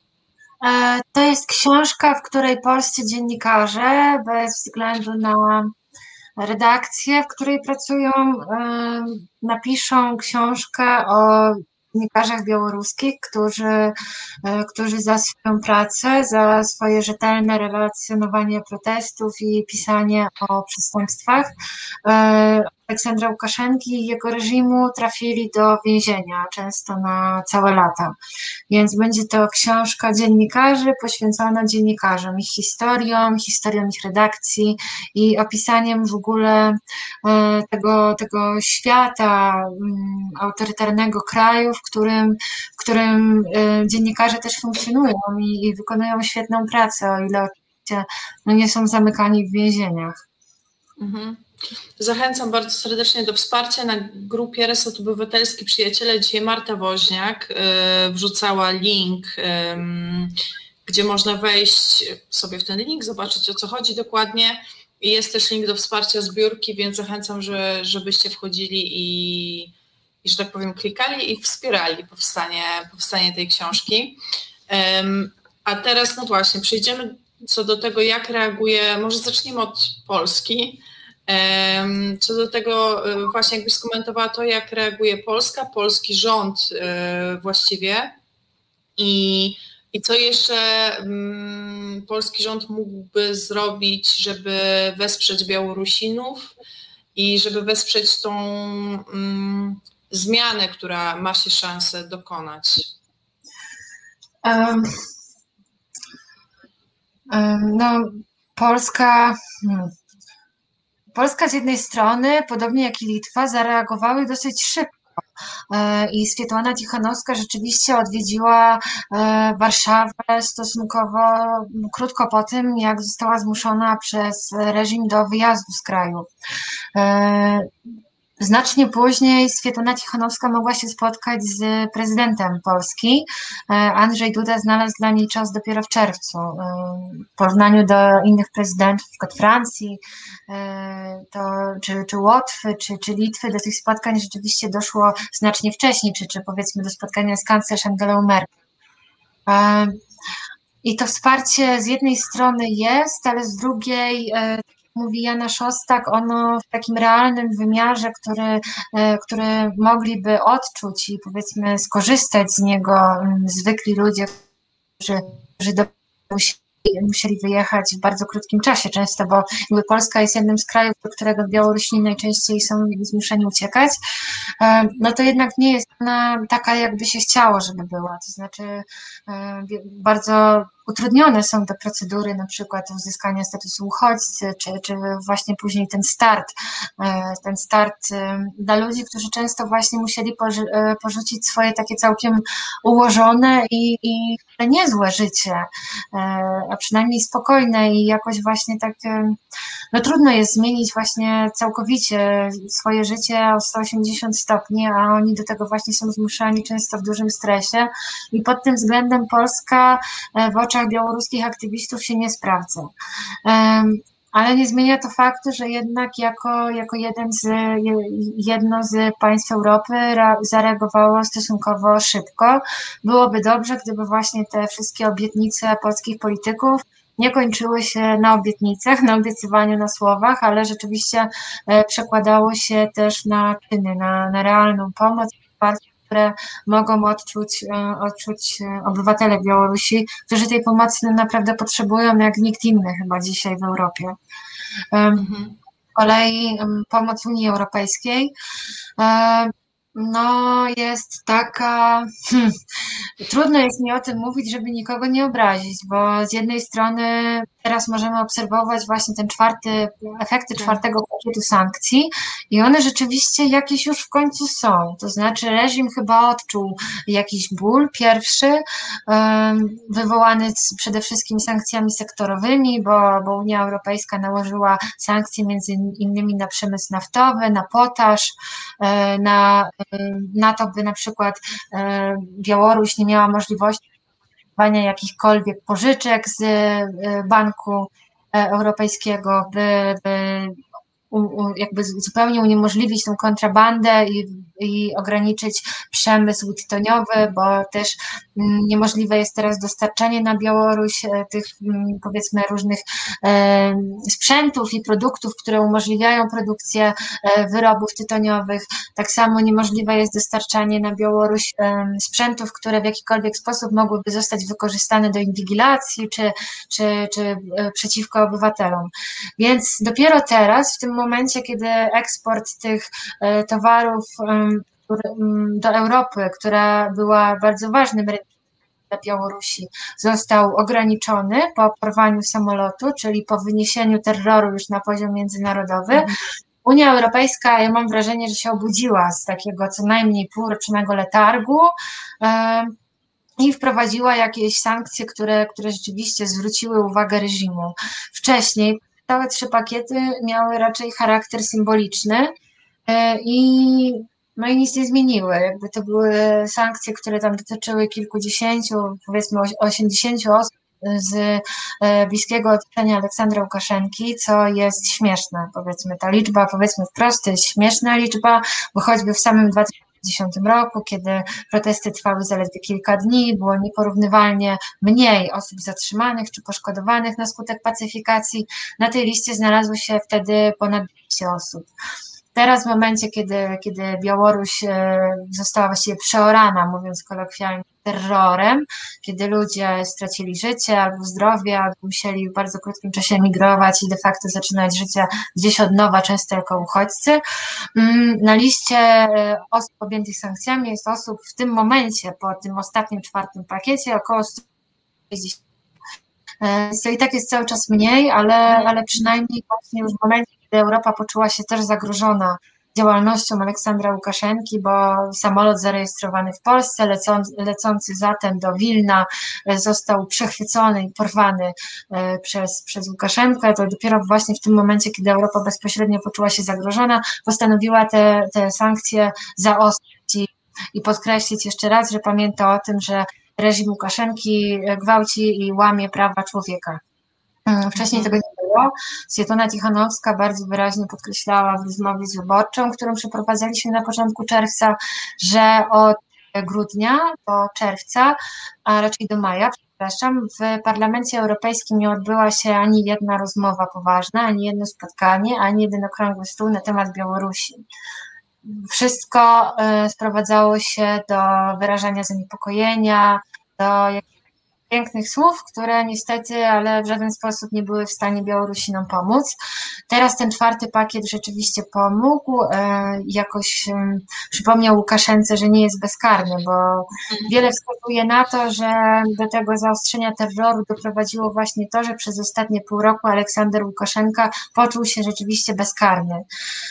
Speaker 3: To jest książka, w której polscy dziennikarze bez względu na redakcje, w której pracują, napiszą książkę o dziennikarzach białoruskich, którzy, którzy za swoją pracę, za swoje rzetelne relacjonowanie protestów i pisanie o przestępstwach Aleksandra Łukaszenki i jego reżimu trafili do więzienia, często na całe lata. Więc będzie to książka dziennikarzy poświęcona dziennikarzom, ich historiom, historiom ich redakcji i opisaniem w ogóle tego, tego świata autorytarnego kraju, w którym, w którym dziennikarze też funkcjonują i, i wykonują świetną pracę, o ile oczywiście no, nie są zamykani w więzieniach.
Speaker 2: Mhm. Zachęcam bardzo serdecznie do wsparcia. Na grupie Reset Obywatelski Przyjaciele dzisiaj Marta Woźniak y, wrzucała link, y, gdzie można wejść sobie w ten link, zobaczyć o co chodzi dokładnie i jest też link do wsparcia zbiórki, więc zachęcam, że, żebyście wchodzili i, i, że tak powiem, klikali i wspierali powstanie, powstanie tej książki. Y, a teraz no właśnie, przejdziemy co do tego, jak reaguje, może zaczniemy od Polski. Co do tego właśnie jakbyś skomentowała to, jak reaguje Polska, polski rząd właściwie i, i co jeszcze um, polski rząd mógłby zrobić, żeby wesprzeć Białorusinów i żeby wesprzeć tą um, zmianę, która ma się szansę dokonać.
Speaker 3: Um, um, no, Polska... Hmm. Polska z jednej strony, podobnie jak i Litwa, zareagowały dosyć szybko i Swiatłana Tichanowska rzeczywiście odwiedziła Warszawę stosunkowo krótko po tym, jak została zmuszona przez reżim do wyjazdu z kraju. Znacznie później Swietlana Cichanowska mogła się spotkać z prezydentem Polski. Andrzej Duda znalazł dla niej czas dopiero w czerwcu. W porównaniu do innych prezydentów, na przykład Francji, to, czy, czy Łotwy, czy, czy Litwy, do tych spotkań rzeczywiście doszło znacznie wcześniej, czy, czy powiedzmy do spotkania z kanclerz Angelą Merkel. I to wsparcie z jednej strony jest, ale z drugiej, mówi Jana Szostak, ono w takim realnym wymiarze, który, który mogliby odczuć i powiedzmy skorzystać z niego zwykli ludzie, którzy, którzy do musieli wyjechać w bardzo krótkim czasie często, bo jakby Polska jest jednym z krajów, do którego Białorusini najczęściej są zmuszeni uciekać, no to jednak nie jest ona taka, jakby się chciało, żeby była. To znaczy bardzo utrudnione są te procedury, na przykład uzyskania statusu uchodźcy, czy, czy właśnie później ten start, ten start dla ludzi, którzy często właśnie musieli porzucić swoje takie całkiem ułożone i, i niezłe życie, a przynajmniej spokojne i jakoś właśnie tak, no trudno jest zmienić właśnie całkowicie swoje życie o sto osiemdziesiąt stopni, a oni do tego właśnie są zmuszani często w dużym stresie i pod tym względem Polska w oczach białoruskich aktywistów się nie sprawdza. Ale nie zmienia to faktu, że jednak jako, jako jeden z, jedno z państw Europy zareagowało stosunkowo szybko. Byłoby dobrze, gdyby właśnie te wszystkie obietnice polskich polityków nie kończyły się na obietnicach, na obiecywaniu na słowach, ale rzeczywiście przekładało się też na czyny, na, na realną pomoc, które mogą odczuć, odczuć obywatele Białorusi, którzy tej pomocy naprawdę potrzebują jak nikt inny chyba dzisiaj w Europie.
Speaker 2: Mhm.
Speaker 3: Z kolei pomoc Unii Europejskiej no jest taka, hmm, trudno jest mi o tym mówić, żeby nikogo nie obrazić, bo z jednej strony teraz możemy obserwować właśnie ten czwarty, efekty czwartego pakietu sankcji i one rzeczywiście jakieś już w końcu są, to znaczy reżim chyba odczuł jakiś ból pierwszy, wywołany przede wszystkim sankcjami sektorowymi, bo, bo Unia Europejska nałożyła sankcje między innymi na przemysł naftowy, na potaż, na na to, by na przykład Białoruś nie miała możliwości uzyskania jakichkolwiek pożyczek z Banku Europejskiego, by, by jakby zupełnie uniemożliwić tą kontrabandę i, i ograniczyć przemysł tytoniowy, bo też niemożliwe jest teraz dostarczanie na Białoruś tych powiedzmy różnych sprzętów i produktów, które umożliwiają produkcję wyrobów tytoniowych. Tak samo niemożliwe jest dostarczanie na Białoruś sprzętów, które w jakikolwiek sposób mogłyby zostać wykorzystane do inwigilacji czy, czy, czy przeciwko obywatelom. Więc dopiero teraz, w tym momencie, kiedy eksport tych towarów do Europy, która była bardzo ważnym rynkiem dla Białorusi, został ograniczony po porwaniu samolotu, czyli po wyniesieniu terroru już na poziom międzynarodowy, mhm. Unia Europejska, ja mam wrażenie, że się obudziła z takiego co najmniej półrocznego letargu i wprowadziła jakieś sankcje, które, które rzeczywiście zwróciły uwagę reżimu. Wcześniej całe trzy pakiety miały raczej charakter symboliczny i, no i nic nie zmieniły. Jakby to były sankcje, które tam dotyczyły kilkudziesięciu, powiedzmy osiemdziesięciu osób z bliskiego otoczenia Aleksandra Łukaszenki, co jest śmieszne, powiedzmy. Ta liczba, powiedzmy wprost, to jest śmieszna liczba, bo choćby w samym dwa tysiące dziesiątym roku, kiedy protesty trwały zaledwie kilka dni, było nieporównywalnie mniej osób zatrzymanych czy poszkodowanych na skutek pacyfikacji. Na tej liście znalazło się wtedy ponad dwieście osób. Teraz w momencie, kiedy, kiedy Białoruś została właściwie przeorana, mówiąc kolokwialnie, terrorem, kiedy ludzie stracili życie albo zdrowie, albo musieli w bardzo krótkim czasie emigrować i de facto zaczynać życie gdzieś od nowa, często jako uchodźcy. Na liście osób objętych sankcjami jest osób w tym momencie, po tym ostatnim czwartym pakiecie, około sto sześćdziesiąt. To i tak jest cały czas mniej, ale, ale przynajmniej właśnie już w momencie, kiedy Europa poczuła się też zagrożona działalnością Aleksandra Łukaszenki, bo samolot zarejestrowany w Polsce, lecący, lecący zatem do Wilna, został przechwycony i porwany przez, przez Łukaszenkę. To dopiero właśnie w tym momencie, kiedy Europa bezpośrednio poczuła się zagrożona, postanowiła te, te sankcje zaostrzyć i, i podkreślić jeszcze raz, że pamięta o tym, że reżim Łukaszenki gwałci i łamie prawa człowieka. Wcześniej tego nie było. Swietlana Tichanowska bardzo wyraźnie podkreślała w rozmowie z Wyborczą, którą przeprowadzaliśmy na początku czerwca, że od grudnia do czerwca, a raczej do maja, przepraszam, w Parlamencie Europejskim nie odbyła się ani jedna rozmowa poważna, ani jedno spotkanie, ani jeden okrągły stół na temat Białorusi. Wszystko sprowadzało się do wyrażania zaniepokojenia, do jakichś pięknych słów, które niestety, ale w żaden sposób nie były w stanie Białorusinom pomóc. Teraz ten czwarty pakiet rzeczywiście pomógł, jakoś przypomniał Łukaszence, że nie jest bezkarny, bo wiele wskazuje na to, że do tego zaostrzenia terroru doprowadziło właśnie to, że przez ostatnie pół roku Aleksander Łukaszenka poczuł się rzeczywiście bezkarny.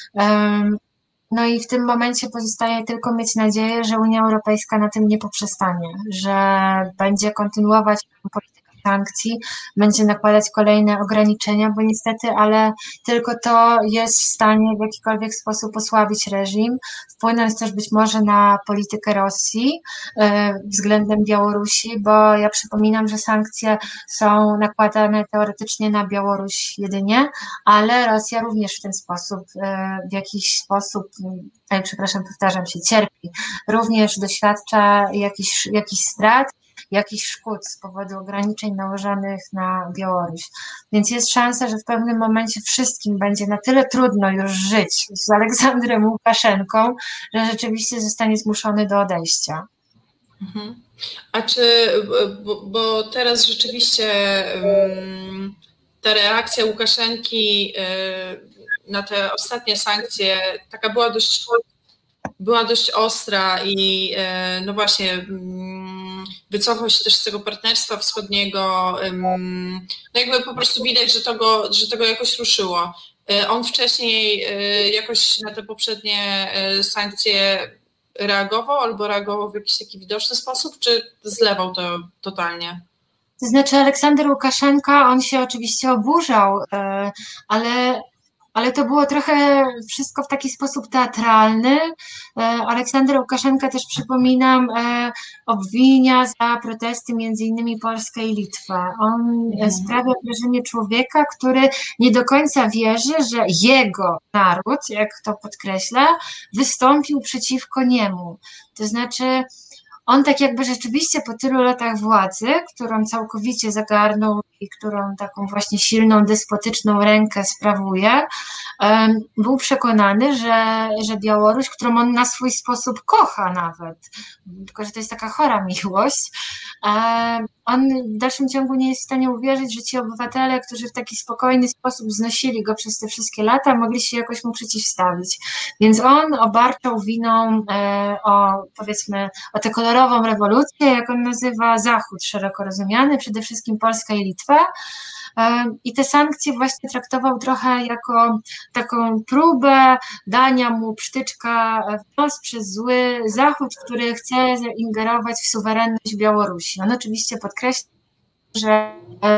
Speaker 3: No i w tym momencie pozostaje tylko mieć nadzieję, że Unia Europejska na tym nie poprzestanie, że będzie kontynuować politykę sankcji, będzie nakładać kolejne ograniczenia, bo niestety, ale tylko to jest w stanie w jakikolwiek sposób osłabić reżim, wpłynąć też być może na politykę Rosji względem Białorusi, bo ja przypominam, że sankcje są nakładane teoretycznie na Białoruś jedynie, ale Rosja również w ten sposób, w jakiś sposób, przepraszam, powtarzam się, cierpi, również doświadcza jakichś, jakichś strat, jakichś szkód z powodu ograniczeń nałożonych na Białoruś. Więc jest szansa, że w pewnym momencie wszystkim będzie na tyle trudno już żyć z Aleksandrem Łukaszenką, że rzeczywiście zostanie zmuszony do odejścia.
Speaker 2: Mhm. A czy, bo, bo teraz rzeczywiście um, ta reakcja Łukaszenki y, na te ostatnie sankcje taka była dość, była dość ostra i y, no właśnie y, wycofał się też z tego partnerstwa wschodniego, y, no jakby po prostu widać, że to go, że to go jakoś ruszyło. Y, on wcześniej y, jakoś na te poprzednie y, sankcje reagował albo reagował w jakiś taki widoczny sposób, czy zlewał to totalnie?
Speaker 3: To znaczy Aleksander Łukaszenka, on się oczywiście oburzał, ale, ale to było trochę wszystko w taki sposób teatralny. Aleksander Łukaszenka też, przypominam, obwinia za protesty między innymi Polskę i Litwę. On mhm. sprawia wrażenie człowieka, który nie do końca wierzy, że jego naród, jak to podkreśla, wystąpił przeciwko niemu. To znaczy on tak jakby rzeczywiście po tylu latach władzy, którą całkowicie zagarnął i którą taką właśnie silną, despotyczną rękę sprawuje, był przekonany, że, że Białoruś, którą on na swój sposób kocha nawet, tylko że to jest taka chora miłość, on w dalszym ciągu nie jest w stanie uwierzyć, że ci obywatele, którzy w taki spokojny sposób znosili go przez te wszystkie lata, mogli się jakoś mu przeciwstawić. Więc on obarczał winą o, powiedzmy, o tę kolorową rewolucję, jak on nazywa Zachód szeroko rozumiany, przede wszystkim Polskę i Litwę. I te sankcje właśnie traktował trochę jako taką próbę dania mu psztyczka w nos przez zły Zachód, który chce ingerować w suwerenność Białorusi. On oczywiście podkreśla, że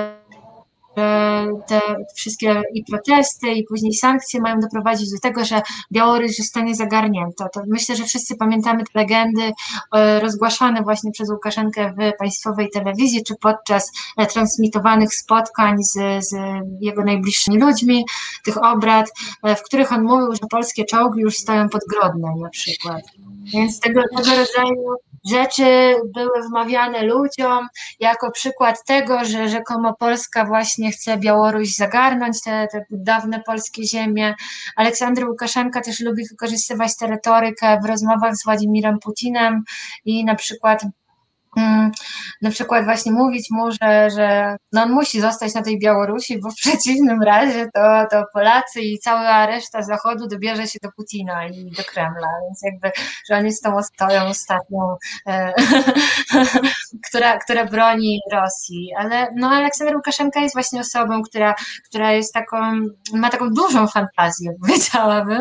Speaker 3: te wszystkie i protesty, i później sankcje mają doprowadzić do tego, że Białoruś zostanie zagarnięta. To myślę, że wszyscy pamiętamy te legendy rozgłaszane właśnie przez Łukaszenkę w państwowej telewizji, czy podczas transmitowanych spotkań z, z jego najbliższymi ludźmi, tych obrad, w których on mówił, że polskie czołgi już stoją pod Grodnem na przykład. Więc tego, tego rodzaju rzeczy były wmawiane ludziom jako przykład tego, że rzekomo Polska właśnie chce Białoruś zagarnąć, te, te dawne polskie ziemie. Aleksander Łukaszenka też lubi wykorzystywać tę retorykę w rozmowach z Władimirem Putinem i na przykład na przykład właśnie mówić mu, że, że no on musi zostać na tej Białorusi, bo w przeciwnym razie to, to Polacy i cała reszta Zachodu dobierze się do Putina i do Kremla, więc jakby, że on jest tą ostoją ostatnią, e, która, która broni Rosji, ale no Aleksander Łukaszenka jest właśnie osobą, która, która jest taką, ma taką dużą fantazję, powiedziałabym,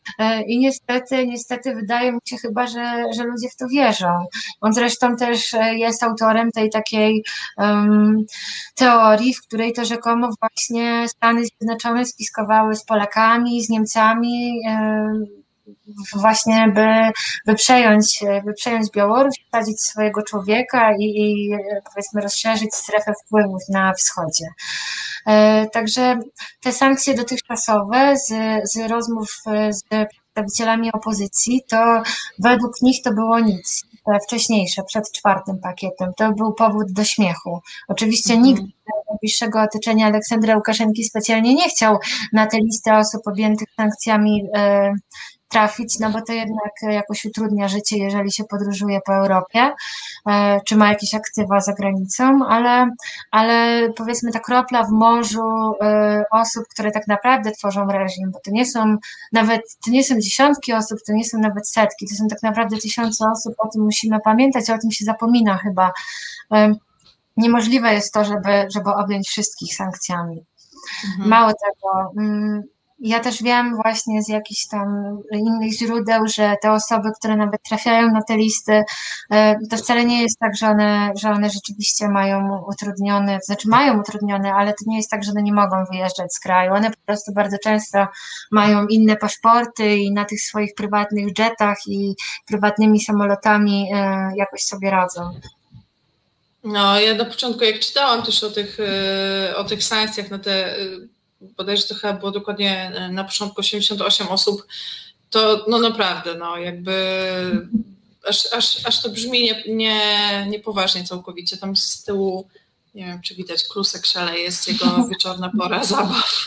Speaker 3: I niestety, niestety wydaje mi się chyba, że, że ludzie w to wierzą. On zresztą też jest autorem tej takiej um, teorii, w której to rzekomo właśnie Stany Zjednoczone spiskowały z Polakami, z Niemcami, um, właśnie by, by, przejąć, by przejąć Białoruś, wsadzić swojego człowieka i, i powiedzmy rozszerzyć strefę wpływów na wschodzie. Także te sankcje dotychczasowe z, z rozmów z przedstawicielami opozycji, to według nich to było nic. Te wcześniejsze, przed czwartym pakietem, to był powód do śmiechu. Oczywiście mm. nikt z najbliższego otoczenia Aleksandra Łukaszenki specjalnie nie chciał na tę listę osób objętych sankcjami e, trafić, no bo to jednak jakoś utrudnia życie, jeżeli się podróżuje po Europie, czy ma jakieś aktywa za granicą, ale, ale powiedzmy ta kropla w morzu osób, które tak naprawdę tworzą reżim, bo to nie są nawet, to nie są dziesiątki osób, to nie są nawet setki, to są tak naprawdę tysiące osób, o tym musimy pamiętać, o tym się zapomina chyba. Niemożliwe jest to, żeby, żeby objąć wszystkich sankcjami. Mhm. Mało tego, ja też wiem właśnie z jakichś tam innych źródeł, że te osoby, które nawet trafiają na te listy, to wcale nie jest tak, że one, że one rzeczywiście mają utrudnione, to znaczy mają utrudnione, ale to nie jest tak, że one nie mogą wyjeżdżać z kraju. One po prostu bardzo często mają inne paszporty i na tych swoich prywatnych jetach i prywatnymi samolotami jakoś sobie radzą.
Speaker 2: No, ja na początku, jak czytałam też o tych, o tych sankcjach na te, bodajże to chyba było dokładnie na początku osiemdziesiąt osiem osób, to no naprawdę, no jakby aż, aż, aż to brzmi nie, nie, niepoważnie całkowicie. Tam z tyłu, nie wiem, czy widać, Klusek szaleje, jest jego wieczorna pora zabaw.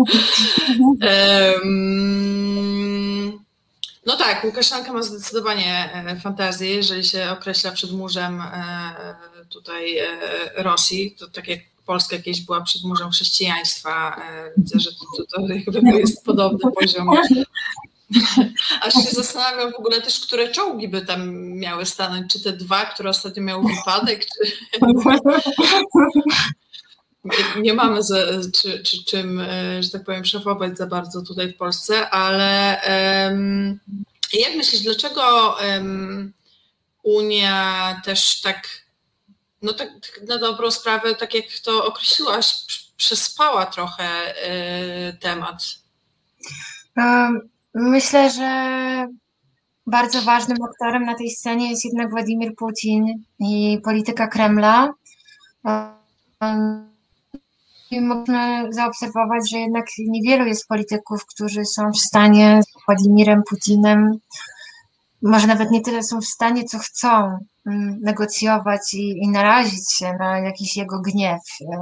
Speaker 2: um, No tak, Łukaszenka ma zdecydowanie fantazję, jeżeli się określa przedmurzem tutaj Rosji, to tak jak Polska kiedyś była przedmurzem chrześcijaństwa, widzę, że to, to, to jakby jest podobny poziom. Aż się zastanawiam w ogóle też, które czołgi by tam miały stanąć, czy te dwa, które ostatnio miały wypadek, czy... Nie, nie mamy z, czy, czy, czym, że tak powiem, szefować za bardzo tutaj w Polsce, ale um, jak myślisz, dlaczego um, Unia też tak, no tak na dobrą sprawę, tak jak to określiłaś, przespała trochę y, temat?
Speaker 3: Um, myślę, że bardzo ważnym aktorem na tej scenie jest jednak Władimir Putin i polityka Kremla. Um, I można zaobserwować, że jednak niewielu jest polityków, którzy są w stanie z Władimirem Putinem, może nawet nie tyle są w stanie, co chcą negocjować i, i narazić się na jakiś jego gniew.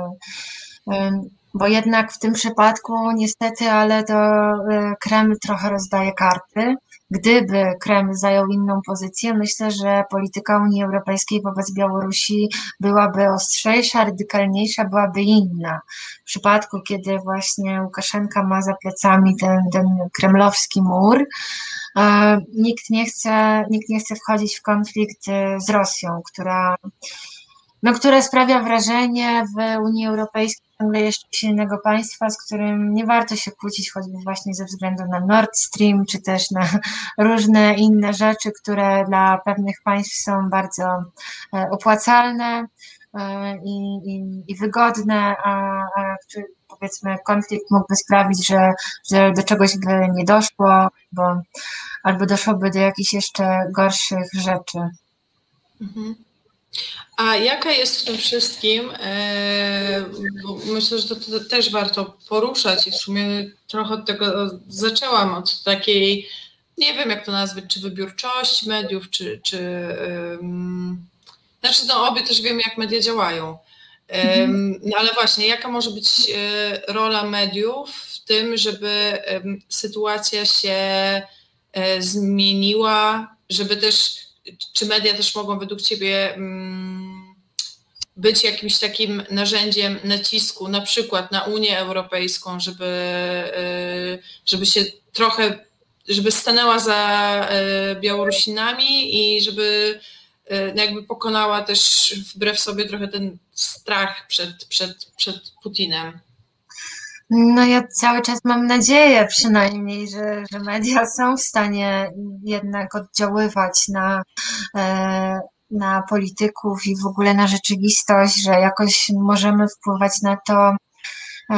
Speaker 3: Bo jednak w tym przypadku niestety, ale to Kreml trochę rozdaje karty. Gdyby Kreml zajął inną pozycję, myślę, że polityka Unii Europejskiej wobec Białorusi byłaby ostrzejsza, radykalniejsza, byłaby inna. W przypadku, kiedy właśnie Łukaszenka ma za plecami ten, ten kremlowski mur, nikt nie chce, nikt nie chce wchodzić w konflikt z Rosją, która no, która sprawia wrażenie w Unii Europejskiej ciągle jeszcze silnego państwa, z którym nie warto się kłócić, choćby właśnie ze względu na Nord Stream, czy też na różne inne rzeczy, które dla pewnych państw są bardzo opłacalne i, i, i wygodne, a, a powiedzmy konflikt mógłby sprawić, że, że do czegoś by nie doszło, bo, albo doszłoby do jakichś jeszcze gorszych rzeczy.
Speaker 2: Mhm. A jaka jest w tym wszystkim, bo myślę, że to, to też warto poruszać i w sumie trochę od tego zaczęłam, od takiej, nie wiem jak to nazwać, czy wybiórczości mediów, czy, czy um, znaczy no obie też wiemy jak media działają, um, no ale właśnie jaka może być rola mediów w tym, żeby um, sytuacja się um, zmieniła, żeby też czy media też mogą według Ciebie być jakimś takim narzędziem nacisku, na przykład na Unię Europejską, żeby, żeby się trochę, żeby stanęła za Białorusinami i żeby jakby pokonała też wbrew sobie trochę ten strach przed, przed, przed Putinem?
Speaker 3: No ja cały czas mam nadzieję przynajmniej, że, że media są w stanie jednak oddziaływać na, e, na polityków i w ogóle na rzeczywistość, że jakoś możemy wpływać na to, e,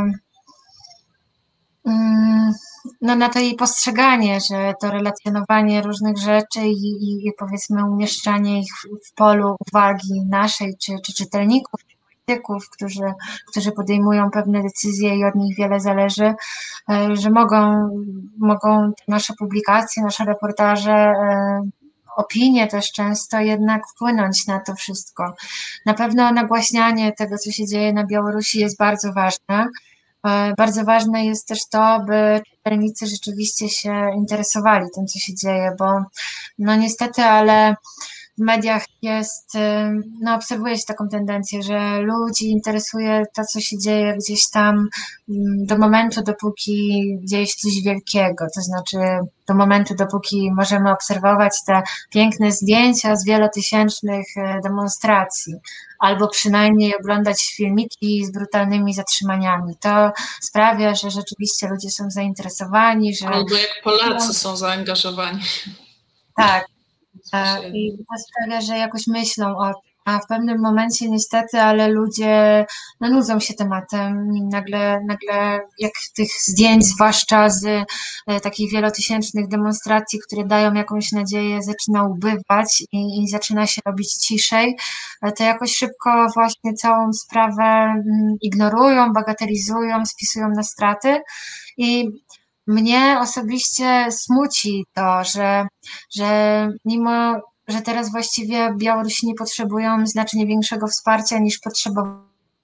Speaker 3: mm, no na to jej postrzeganie, że to relacjonowanie różnych rzeczy i, i, i powiedzmy umieszczanie ich w, w polu uwagi naszej czy, czy czytelników, polityków, którzy, którzy podejmują pewne decyzje i od nich wiele zależy, e, że mogą, mogą nasze publikacje, nasze reportaże, e, opinie też często jednak wpłynąć na to wszystko. Na pewno nagłaśnianie tego, co się dzieje na Białorusi jest bardzo ważne. E, Bardzo ważne jest też to, by czytelnicy rzeczywiście się interesowali tym, co się dzieje, bo no niestety, ale w mediach jest, y, no obserwuje się taką tendencję, że ludzi interesuje to, co się dzieje gdzieś tam mm, do momentu, dopóki dzieje się coś wielkiego, to znaczy do momentu, dopóki możemy obserwować te piękne zdjęcia z wielotysięcznych e, demonstracji, albo przynajmniej oglądać filmiki z brutalnymi zatrzymaniami. To sprawia, że rzeczywiście ludzie są zainteresowani, że
Speaker 2: Albo jak Polacy są zaangażowani.
Speaker 3: tak. E, I to sprawia, że jakoś myślą o tym, a w pewnym momencie niestety, ale ludzie no, nudzą się tematem i nagle, nagle jak tych zdjęć, zwłaszcza z e, takich wielotysięcznych demonstracji, które dają jakąś nadzieję, zaczyna ubywać i, i zaczyna się robić ciszej, e, to jakoś szybko właśnie całą sprawę mm, ignorują, bagatelizują, spisują na straty i mnie osobiście smuci to, że, że mimo, że teraz właściwie Białorusini potrzebują znacznie większego wsparcia niż potrzebowali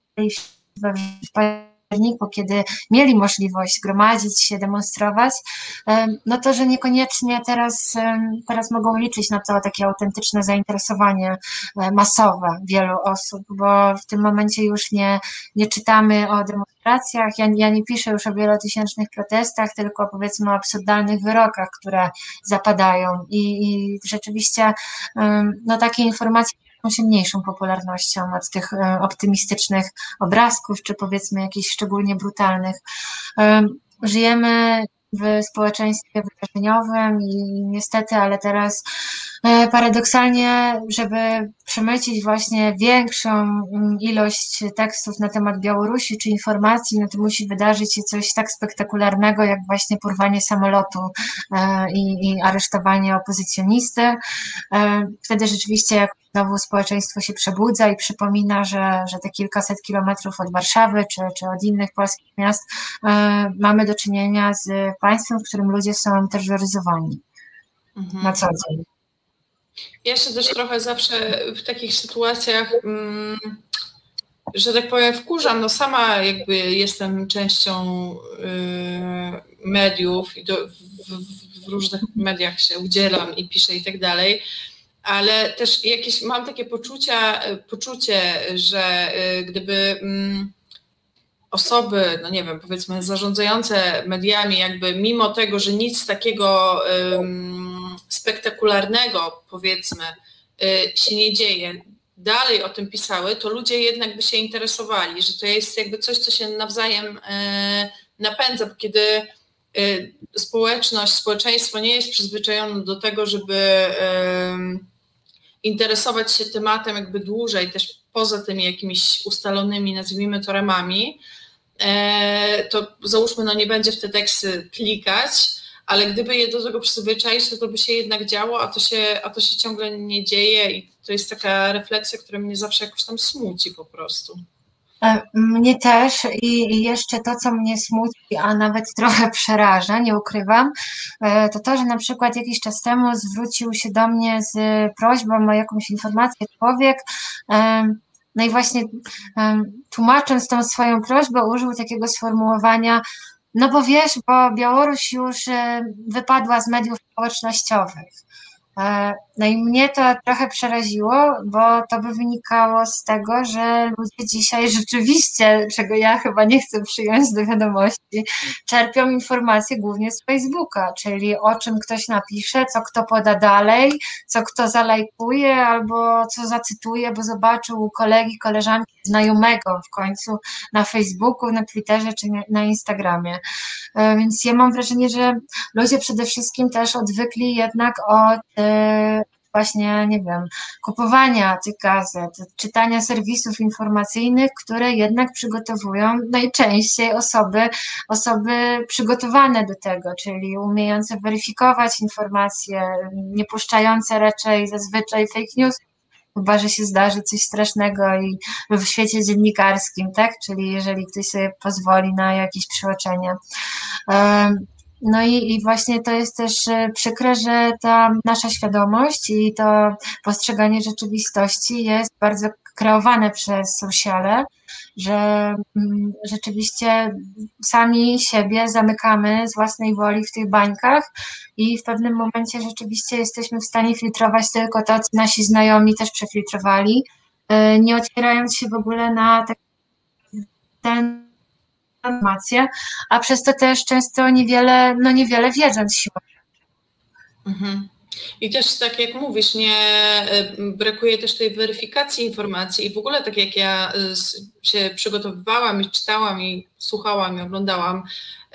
Speaker 3: we w październiku, kiedy mieli możliwość gromadzić się, demonstrować, em, no to, że niekoniecznie teraz, em, teraz mogą liczyć na to takie autentyczne zainteresowanie e, masowe wielu osób, bo w tym momencie już nie, nie czytamy o demonstracjach, ja, ja nie piszę już o wielotysięcznych protestach, tylko powiedzmy o absurdalnych wyrokach, które zapadają i, i rzeczywiście em, no takie informacje cieszą się mniejszą popularnością od tych e, optymistycznych obrazków, czy powiedzmy jakichś szczególnie brutalnych. Em, Żyjemy w społeczeństwie wydarzeniowym i niestety, ale teraz e, paradoksalnie, żeby przemycić właśnie większą mm, ilość tekstów na temat Białorusi czy informacji, no to musi wydarzyć się coś tak spektakularnego, jak właśnie porwanie samolotu e, i, i aresztowanie opozycjonisty. E, Wtedy rzeczywiście jak znowu społeczeństwo się przebudza i przypomina, że, że te kilkaset kilometrów od Warszawy czy, czy od innych polskich miast e, mamy do czynienia z państwem, w którym ludzie są terroryzowani
Speaker 2: Mhm.
Speaker 3: na co dzień.
Speaker 2: Ja się też trochę zawsze w takich sytuacjach, mm, że tak powiem, wkurzam. No sama jakby jestem częścią y, mediów i do, w, w różnych mediach się udzielam i piszę i tak dalej, ale też jakieś mam takie poczucia, poczucie, że y, gdyby mm, osoby, no nie wiem, powiedzmy zarządzające mediami, jakby mimo tego, że nic takiego um, spektakularnego, powiedzmy, y, się nie dzieje, dalej o tym pisały, to ludzie jednak by się interesowali, że to jest jakby coś, co się nawzajem y, napędza, bo kiedy y, społeczność, społeczeństwo nie jest przyzwyczajone do tego, żeby y, interesować się tematem jakby dłużej, też poza tymi jakimiś ustalonymi, nazwijmy to, ramami, to załóżmy, no nie będzie w te teksty klikać, ale gdyby je do tego przyzwyczaić, to to by się jednak działo, a to się, a to się ciągle nie dzieje i to jest taka refleksja, która mnie zawsze jakoś tam smuci po prostu.
Speaker 3: Mnie też i i jeszcze to, co mnie smuci, a nawet trochę przeraża, nie ukrywam, e, to to, że na przykład jakiś czas temu zwrócił się do mnie z prośbą o jakąś informację człowiek, em, no i właśnie em, tłumacząc tą swoją prośbę użył takiego sformułowania, no bo wiesz, bo Białoruś już e, wypadła z mediów społecznościowych. E, No i mnie to trochę przeraziło, bo to by wynikało z tego, że ludzie dzisiaj rzeczywiście, czego ja chyba nie chcę przyjąć do wiadomości, czerpią informacje głównie z Facebooka, czyli o czym ktoś napisze, co kto poda dalej, co kto zalajkuje albo co zacytuje, bo zobaczył u kolegi, koleżanki znajomego w końcu na Facebooku, na Twitterze czy na Instagramie. Więc ja mam wrażenie, że ludzie przede wszystkim też odwykli jednak od właśnie, nie wiem, kupowania tych gazet, czytania serwisów informacyjnych, które jednak przygotowują najczęściej osoby, osoby przygotowane do tego, czyli umiejące weryfikować informacje, nie puszczające raczej zazwyczaj fake news, chyba że się zdarzy coś strasznego i w świecie dziennikarskim, tak? Czyli jeżeli ktoś sobie pozwoli na jakieś przeoczenia. No i, i właśnie to jest też przykre, że ta nasza świadomość i to postrzeganie rzeczywistości jest bardzo kreowane przez sociale, że mm, rzeczywiście sami siebie zamykamy z własnej woli w tych bańkach i w pewnym momencie rzeczywiście jesteśmy w stanie filtrować tylko to, co nasi znajomi też przefiltrowali, nie otwierając się w ogóle na ten informacje, a przez to też często niewiele, no niewiele wiedząc siłą.
Speaker 2: Mhm. I też tak jak mówisz, nie brakuje też tej weryfikacji informacji i w ogóle tak jak ja się przygotowywałam i czytałam i słuchałam i oglądałam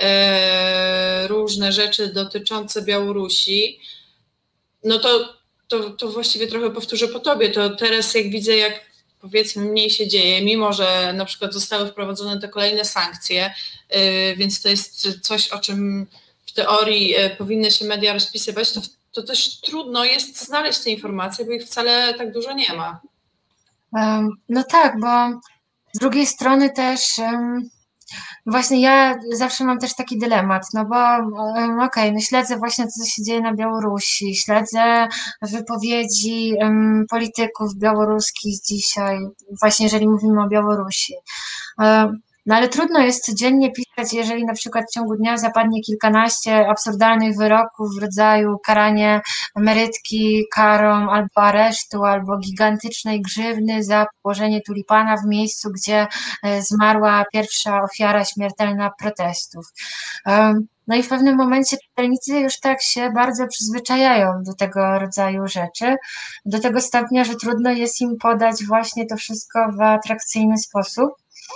Speaker 2: e, różne rzeczy dotyczące Białorusi, no to, to, to właściwie trochę powtórzę po tobie, to teraz jak widzę, jak powiedzmy mniej się dzieje, mimo że na przykład zostały wprowadzone te kolejne sankcje, więc to jest coś, o czym w teorii powinny się media rozpisywać, to, to też trudno jest znaleźć te informacje, bo ich wcale tak dużo nie ma.
Speaker 3: No tak, bo z drugiej strony też właśnie ja zawsze mam też taki dylemat, no bo okej, okay, no śledzę właśnie to, co się dzieje na Białorusi, śledzę wypowiedzi um, polityków białoruskich dzisiaj, właśnie jeżeli mówimy o Białorusi. Um, No ale trudno jest codziennie pisać, jeżeli na przykład w ciągu dnia zapadnie kilkanaście absurdalnych wyroków w rodzaju karanie emerytki karą albo aresztu, albo gigantycznej grzywny za położenie tulipana w miejscu, gdzie zmarła pierwsza ofiara śmiertelna protestów. No i w pewnym momencie czytelnicy już tak się bardzo przyzwyczajają do tego rodzaju rzeczy, do tego stopnia, że trudno jest im podać właśnie to wszystko w atrakcyjny sposób.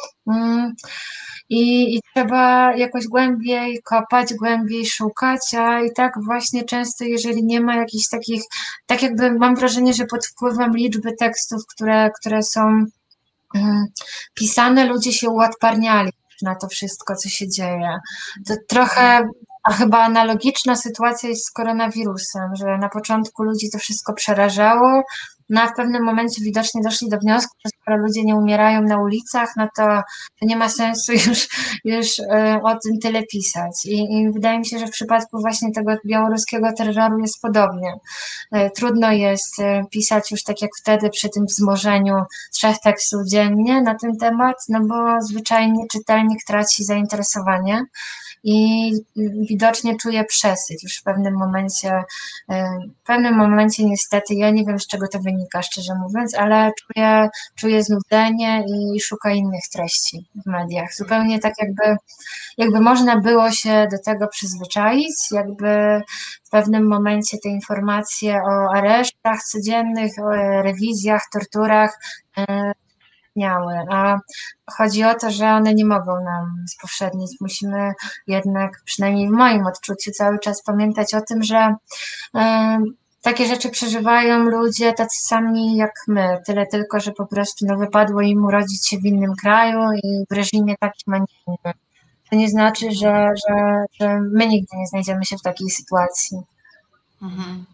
Speaker 3: I, I trzeba jakoś głębiej kopać, głębiej szukać, a i tak właśnie często, jeżeli nie ma jakichś takich, tak jakby mam wrażenie, że pod wpływem liczby tekstów, które, które są um, pisane, ludzie się uodparniali na to wszystko, co się dzieje. To trochę, a chyba analogiczna sytuacja jest z koronawirusem, że na początku ludzi to wszystko przerażało, no a w pewnym momencie widocznie doszli do wniosku, że skoro ludzie nie umierają na ulicach, no to, to nie ma sensu już, już y, o tym tyle pisać. I, I wydaje mi się, że w przypadku właśnie tego białoruskiego terroru jest podobnie. Y, trudno jest y, pisać już tak jak wtedy przy tym wzmożeniu trzech tekstów dziennie na ten temat, no bo zwyczajnie czytelnik traci zainteresowanie i widocznie czuje przesyt już w pewnym momencie, w pewnym momencie niestety, ja nie wiem z czego to wynika, szczerze mówiąc, ale czuje, czuje znudzenie i szuka innych treści w mediach. Zupełnie tak jakby, jakby można było się do tego przyzwyczaić, jakby w pewnym momencie te informacje o aresztach codziennych, o rewizjach, torturach miały, a chodzi o to, że one nie mogą nam spowszednić. Musimy jednak, przynajmniej w moim odczuciu, cały czas pamiętać o tym, że y, takie rzeczy przeżywają ludzie tacy sami jak my, tyle tylko, że po prostu no, wypadło im urodzić się w innym kraju i w reżimie takim, a nie innym. To nie znaczy, że, że, że my nigdy nie znajdziemy się w takiej sytuacji.
Speaker 2: Mhm.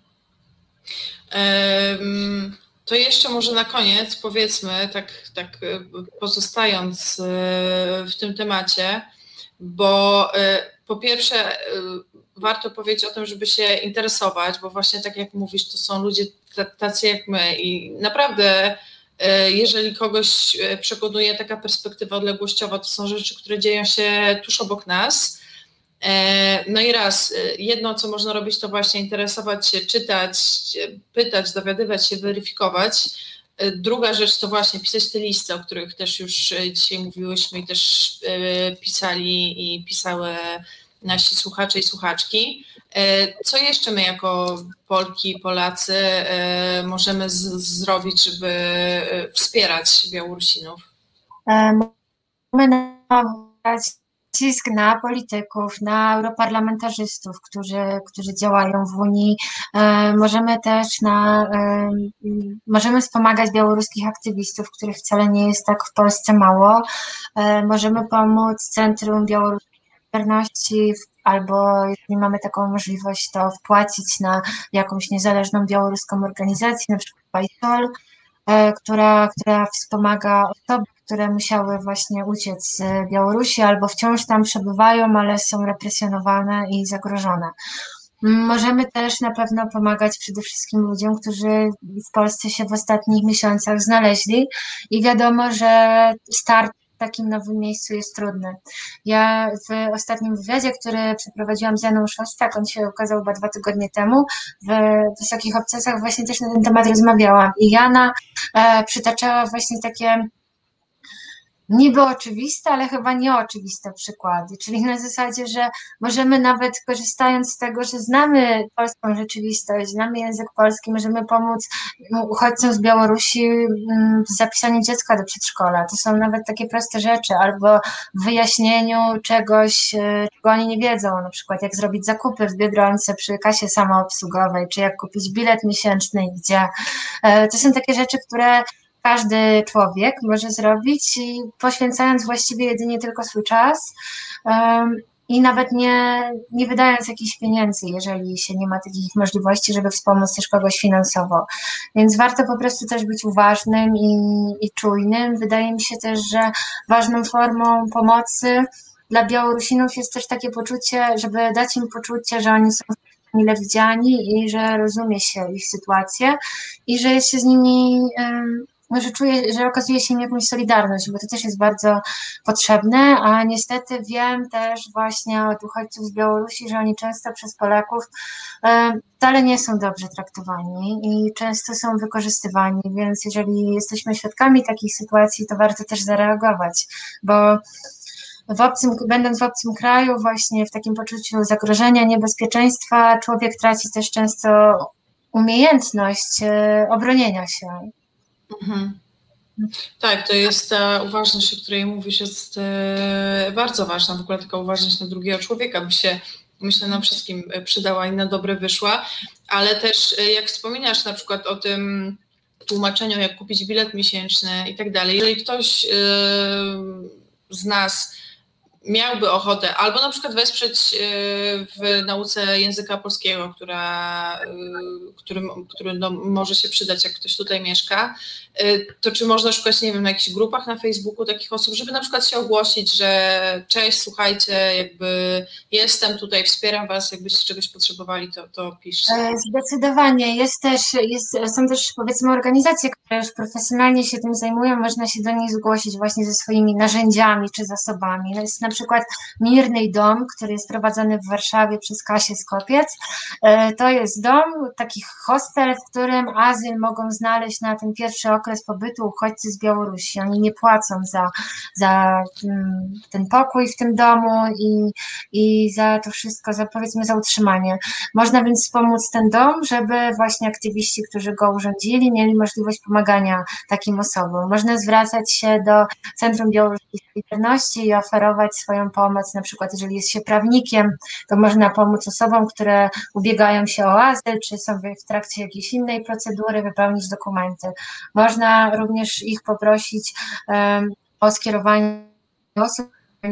Speaker 2: Um... To jeszcze może na koniec powiedzmy, tak, tak pozostając w tym temacie, bo po pierwsze warto powiedzieć o tym, żeby się interesować, bo właśnie tak jak mówisz, to są ludzie tacy jak my i naprawdę jeżeli kogoś przekonuje taka perspektywa odległościowa, to są rzeczy, które dzieją się tuż obok nas. No i raz, jedno co można robić to właśnie interesować się, czytać, pytać, dowiadywać się, weryfikować. Druga rzecz to właśnie pisać te listy, o których też już dzisiaj mówiłyśmy i też pisali i pisały nasi słuchacze i słuchaczki. Co jeszcze my jako Polki, Polacy możemy z- zrobić, żeby wspierać Białorusinów?
Speaker 3: Możemy nałożyć nacisk na polityków, na europarlamentarzystów, którzy, którzy działają w Unii. Możemy też na, możemy wspomagać białoruskich aktywistów, których wcale nie jest tak w Polsce mało. Możemy pomóc Centrum Białoruskiej Solidarności, albo jeśli mamy taką możliwość, to wpłacić na jakąś niezależną białoruską organizację, na przykład Bajtol, która, która wspomaga osoby, które musiały właśnie uciec z Białorusi albo wciąż tam przebywają, ale są represjonowane i zagrożone. Możemy też na pewno pomagać przede wszystkim ludziom, którzy w Polsce się w ostatnich miesiącach znaleźli i wiadomo, że start w takim nowym miejscu jest trudny. Ja w ostatnim wywiadzie, który przeprowadziłam z Janą Szostak, on się ukazał chyba dwa tygodnie temu, w Wysokich Obcasach właśnie też na ten temat rozmawiałam i Jana e, przytaczała właśnie takie niby oczywiste, ale chyba nieoczywiste przykłady, czyli na zasadzie, że możemy nawet korzystając z tego, że znamy polską rzeczywistość, znamy język polski, możemy pomóc uchodźcom z Białorusi w zapisaniu dziecka do przedszkola. To są nawet takie proste rzeczy, albo w wyjaśnieniu czegoś, czego oni nie wiedzą, na przykład jak zrobić zakupy w Biedronce przy kasie samoobsługowej, czy jak kupić bilet miesięczny i gdzie. To są takie rzeczy, które każdy człowiek może zrobić, i poświęcając właściwie jedynie tylko swój czas um, i nawet nie, nie wydając jakichś pieniędzy, jeżeli się nie ma takich możliwości, żeby wspomóc też kogoś finansowo. Więc warto po prostu też być uważnym i, i czujnym. Wydaje mi się też, że ważną formą pomocy dla Białorusinów jest też takie poczucie, żeby dać im poczucie, że oni są mile widziani i że rozumie się ich sytuację i że jest się z nimi um, że czuję, że okazuje się im jakąś solidarność, bo to też jest bardzo potrzebne, a niestety wiem też właśnie od uchodźców z Białorusi, że oni często przez Polaków wcale nie są dobrze traktowani i często są wykorzystywani, więc jeżeli jesteśmy świadkami takich sytuacji, to warto też zareagować, bo w obcym, będąc w obcym kraju, właśnie w takim poczuciu zagrożenia, niebezpieczeństwa, człowiek traci też często umiejętność obronienia się.
Speaker 2: Mhm. Tak, to jest ta uważność, o której mówisz, jest e, bardzo ważna. W ogóle taka uważność na drugiego człowieka by się, myślę, nam wszystkim przydała i na dobre wyszła, ale też jak wspominasz na przykład o tym tłumaczeniu, jak kupić bilet miesięczny i tak dalej, jeżeli ktoś e, z nas miałby ochotę albo na przykład wesprzeć w nauce języka polskiego, która, który, który no, może się przydać, jak ktoś tutaj mieszka, to czy można szukać, nie wiem, na jakichś grupach na Facebooku takich osób, żeby na przykład się ogłosić, że cześć, słuchajcie, jakby jestem tutaj, wspieram was, jakbyście czegoś potrzebowali, to, to piszcie.
Speaker 3: Zdecydowanie. Jest też, jest, są też powiedzmy organizacje, które już profesjonalnie się tym zajmują, można się do nich zgłosić właśnie ze swoimi narzędziami czy zasobami. Jest na przykład Mirny Dom, który jest prowadzony w Warszawie przez Kasię Skopiec. To jest dom, taki hostel, w którym azyl mogą znaleźć na ten pierwszy okres pobytu uchodźcy z Białorusi. Oni nie płacą za, za ten pokój w tym domu i, i za to wszystko, za powiedzmy za utrzymanie. Można więc wspomóc ten dom, żeby właśnie aktywiści, którzy go urządzili, mieli możliwość pomagania takim osobom. Można zwracać się do Centrum Białoruskiej Solidarności i oferować swoją pomoc, na przykład jeżeli jest się prawnikiem, to można pomóc osobom, które ubiegają się o azyl, czy są w trakcie jakiejś innej procedury, wypełnić dokumenty. Można również ich poprosić um, o skierowanie osób,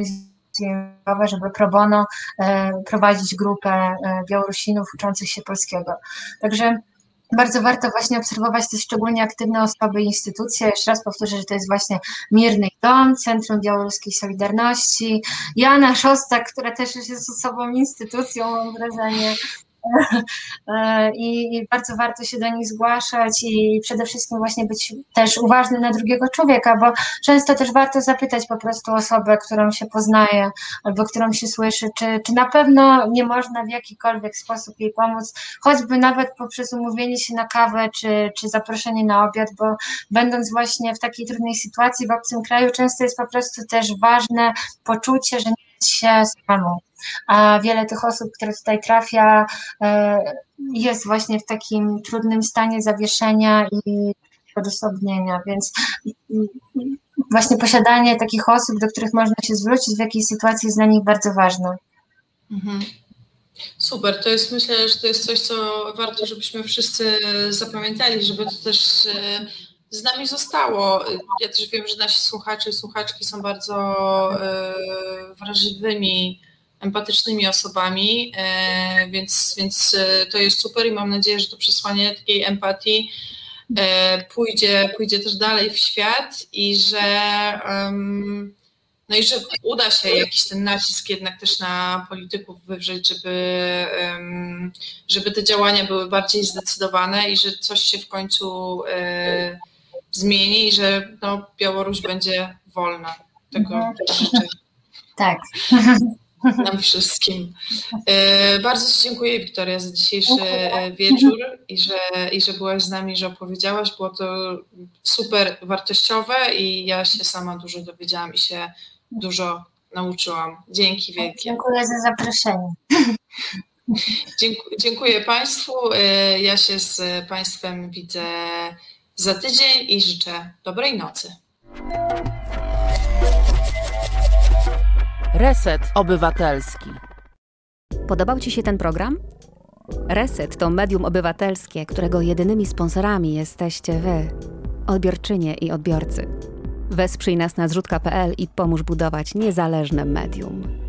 Speaker 3: żeby pro bono um, prowadzić grupę um, Białorusinów uczących się polskiego. Także bardzo warto właśnie obserwować te szczególnie aktywne osoby i instytucje. Jeszcze raz powtórzę, że to jest właśnie Mirny Dom, Centrum Białoruskiej Solidarności, Jana Szostak, która też jest osobą, instytucją, mam wrażenie. I, I bardzo warto się do nich zgłaszać i przede wszystkim właśnie być też uważnym na drugiego człowieka, bo często też warto zapytać po prostu osobę, którą się poznaje albo którą się słyszy, czy, czy na pewno nie można w jakikolwiek sposób jej pomóc, choćby nawet poprzez umówienie się na kawę czy, czy zaproszenie na obiad, bo będąc właśnie w takiej trudnej sytuacji w obcym kraju, często jest po prostu też ważne poczucie, że nie jest się samą. A wiele tych osób, które tutaj trafia, jest właśnie w takim trudnym stanie zawieszenia i odosobnienia, więc właśnie posiadanie takich osób, do których można się zwrócić w jakiejś sytuacji jest dla nich bardzo ważne.
Speaker 2: Mhm. Super, to jest, myślę, że to jest coś, co warto, żebyśmy wszyscy zapamiętali, żeby to też z nami zostało. Ja też wiem, że nasi słuchacze i słuchaczki są bardzo wrażliwymi, empatycznymi osobami, więc, więc to jest super i mam nadzieję, że to przesłanie takiej empatii pójdzie, pójdzie też dalej w świat i że no i że uda się jakiś ten nacisk jednak też na polityków wywrzeć, żeby, żeby te działania były bardziej zdecydowane i że coś się w końcu zmieni i że no, Białoruś będzie wolna. Tego życzę.
Speaker 3: Tak.
Speaker 2: Nam wszystkim. Bardzo Ci dziękuję, Wiktoria, za dzisiejszy wieczór i że, i że byłaś z nami, że opowiedziałaś. Było to super wartościowe i ja się sama dużo dowiedziałam i się dużo nauczyłam. Dzięki wielkie.
Speaker 3: Dziękuję za zaproszenie.
Speaker 2: Dziękuję Państwu. Ja się z Państwem widzę za tydzień i życzę dobrej nocy.
Speaker 6: Reset Obywatelski.
Speaker 4: Podobał Ci się ten program? Reset to medium obywatelskie, którego jedynymi sponsorami jesteście Wy, odbiorczynie i odbiorcy. Wesprzyj nas na zrzutka kropka pe el i pomóż budować niezależne medium.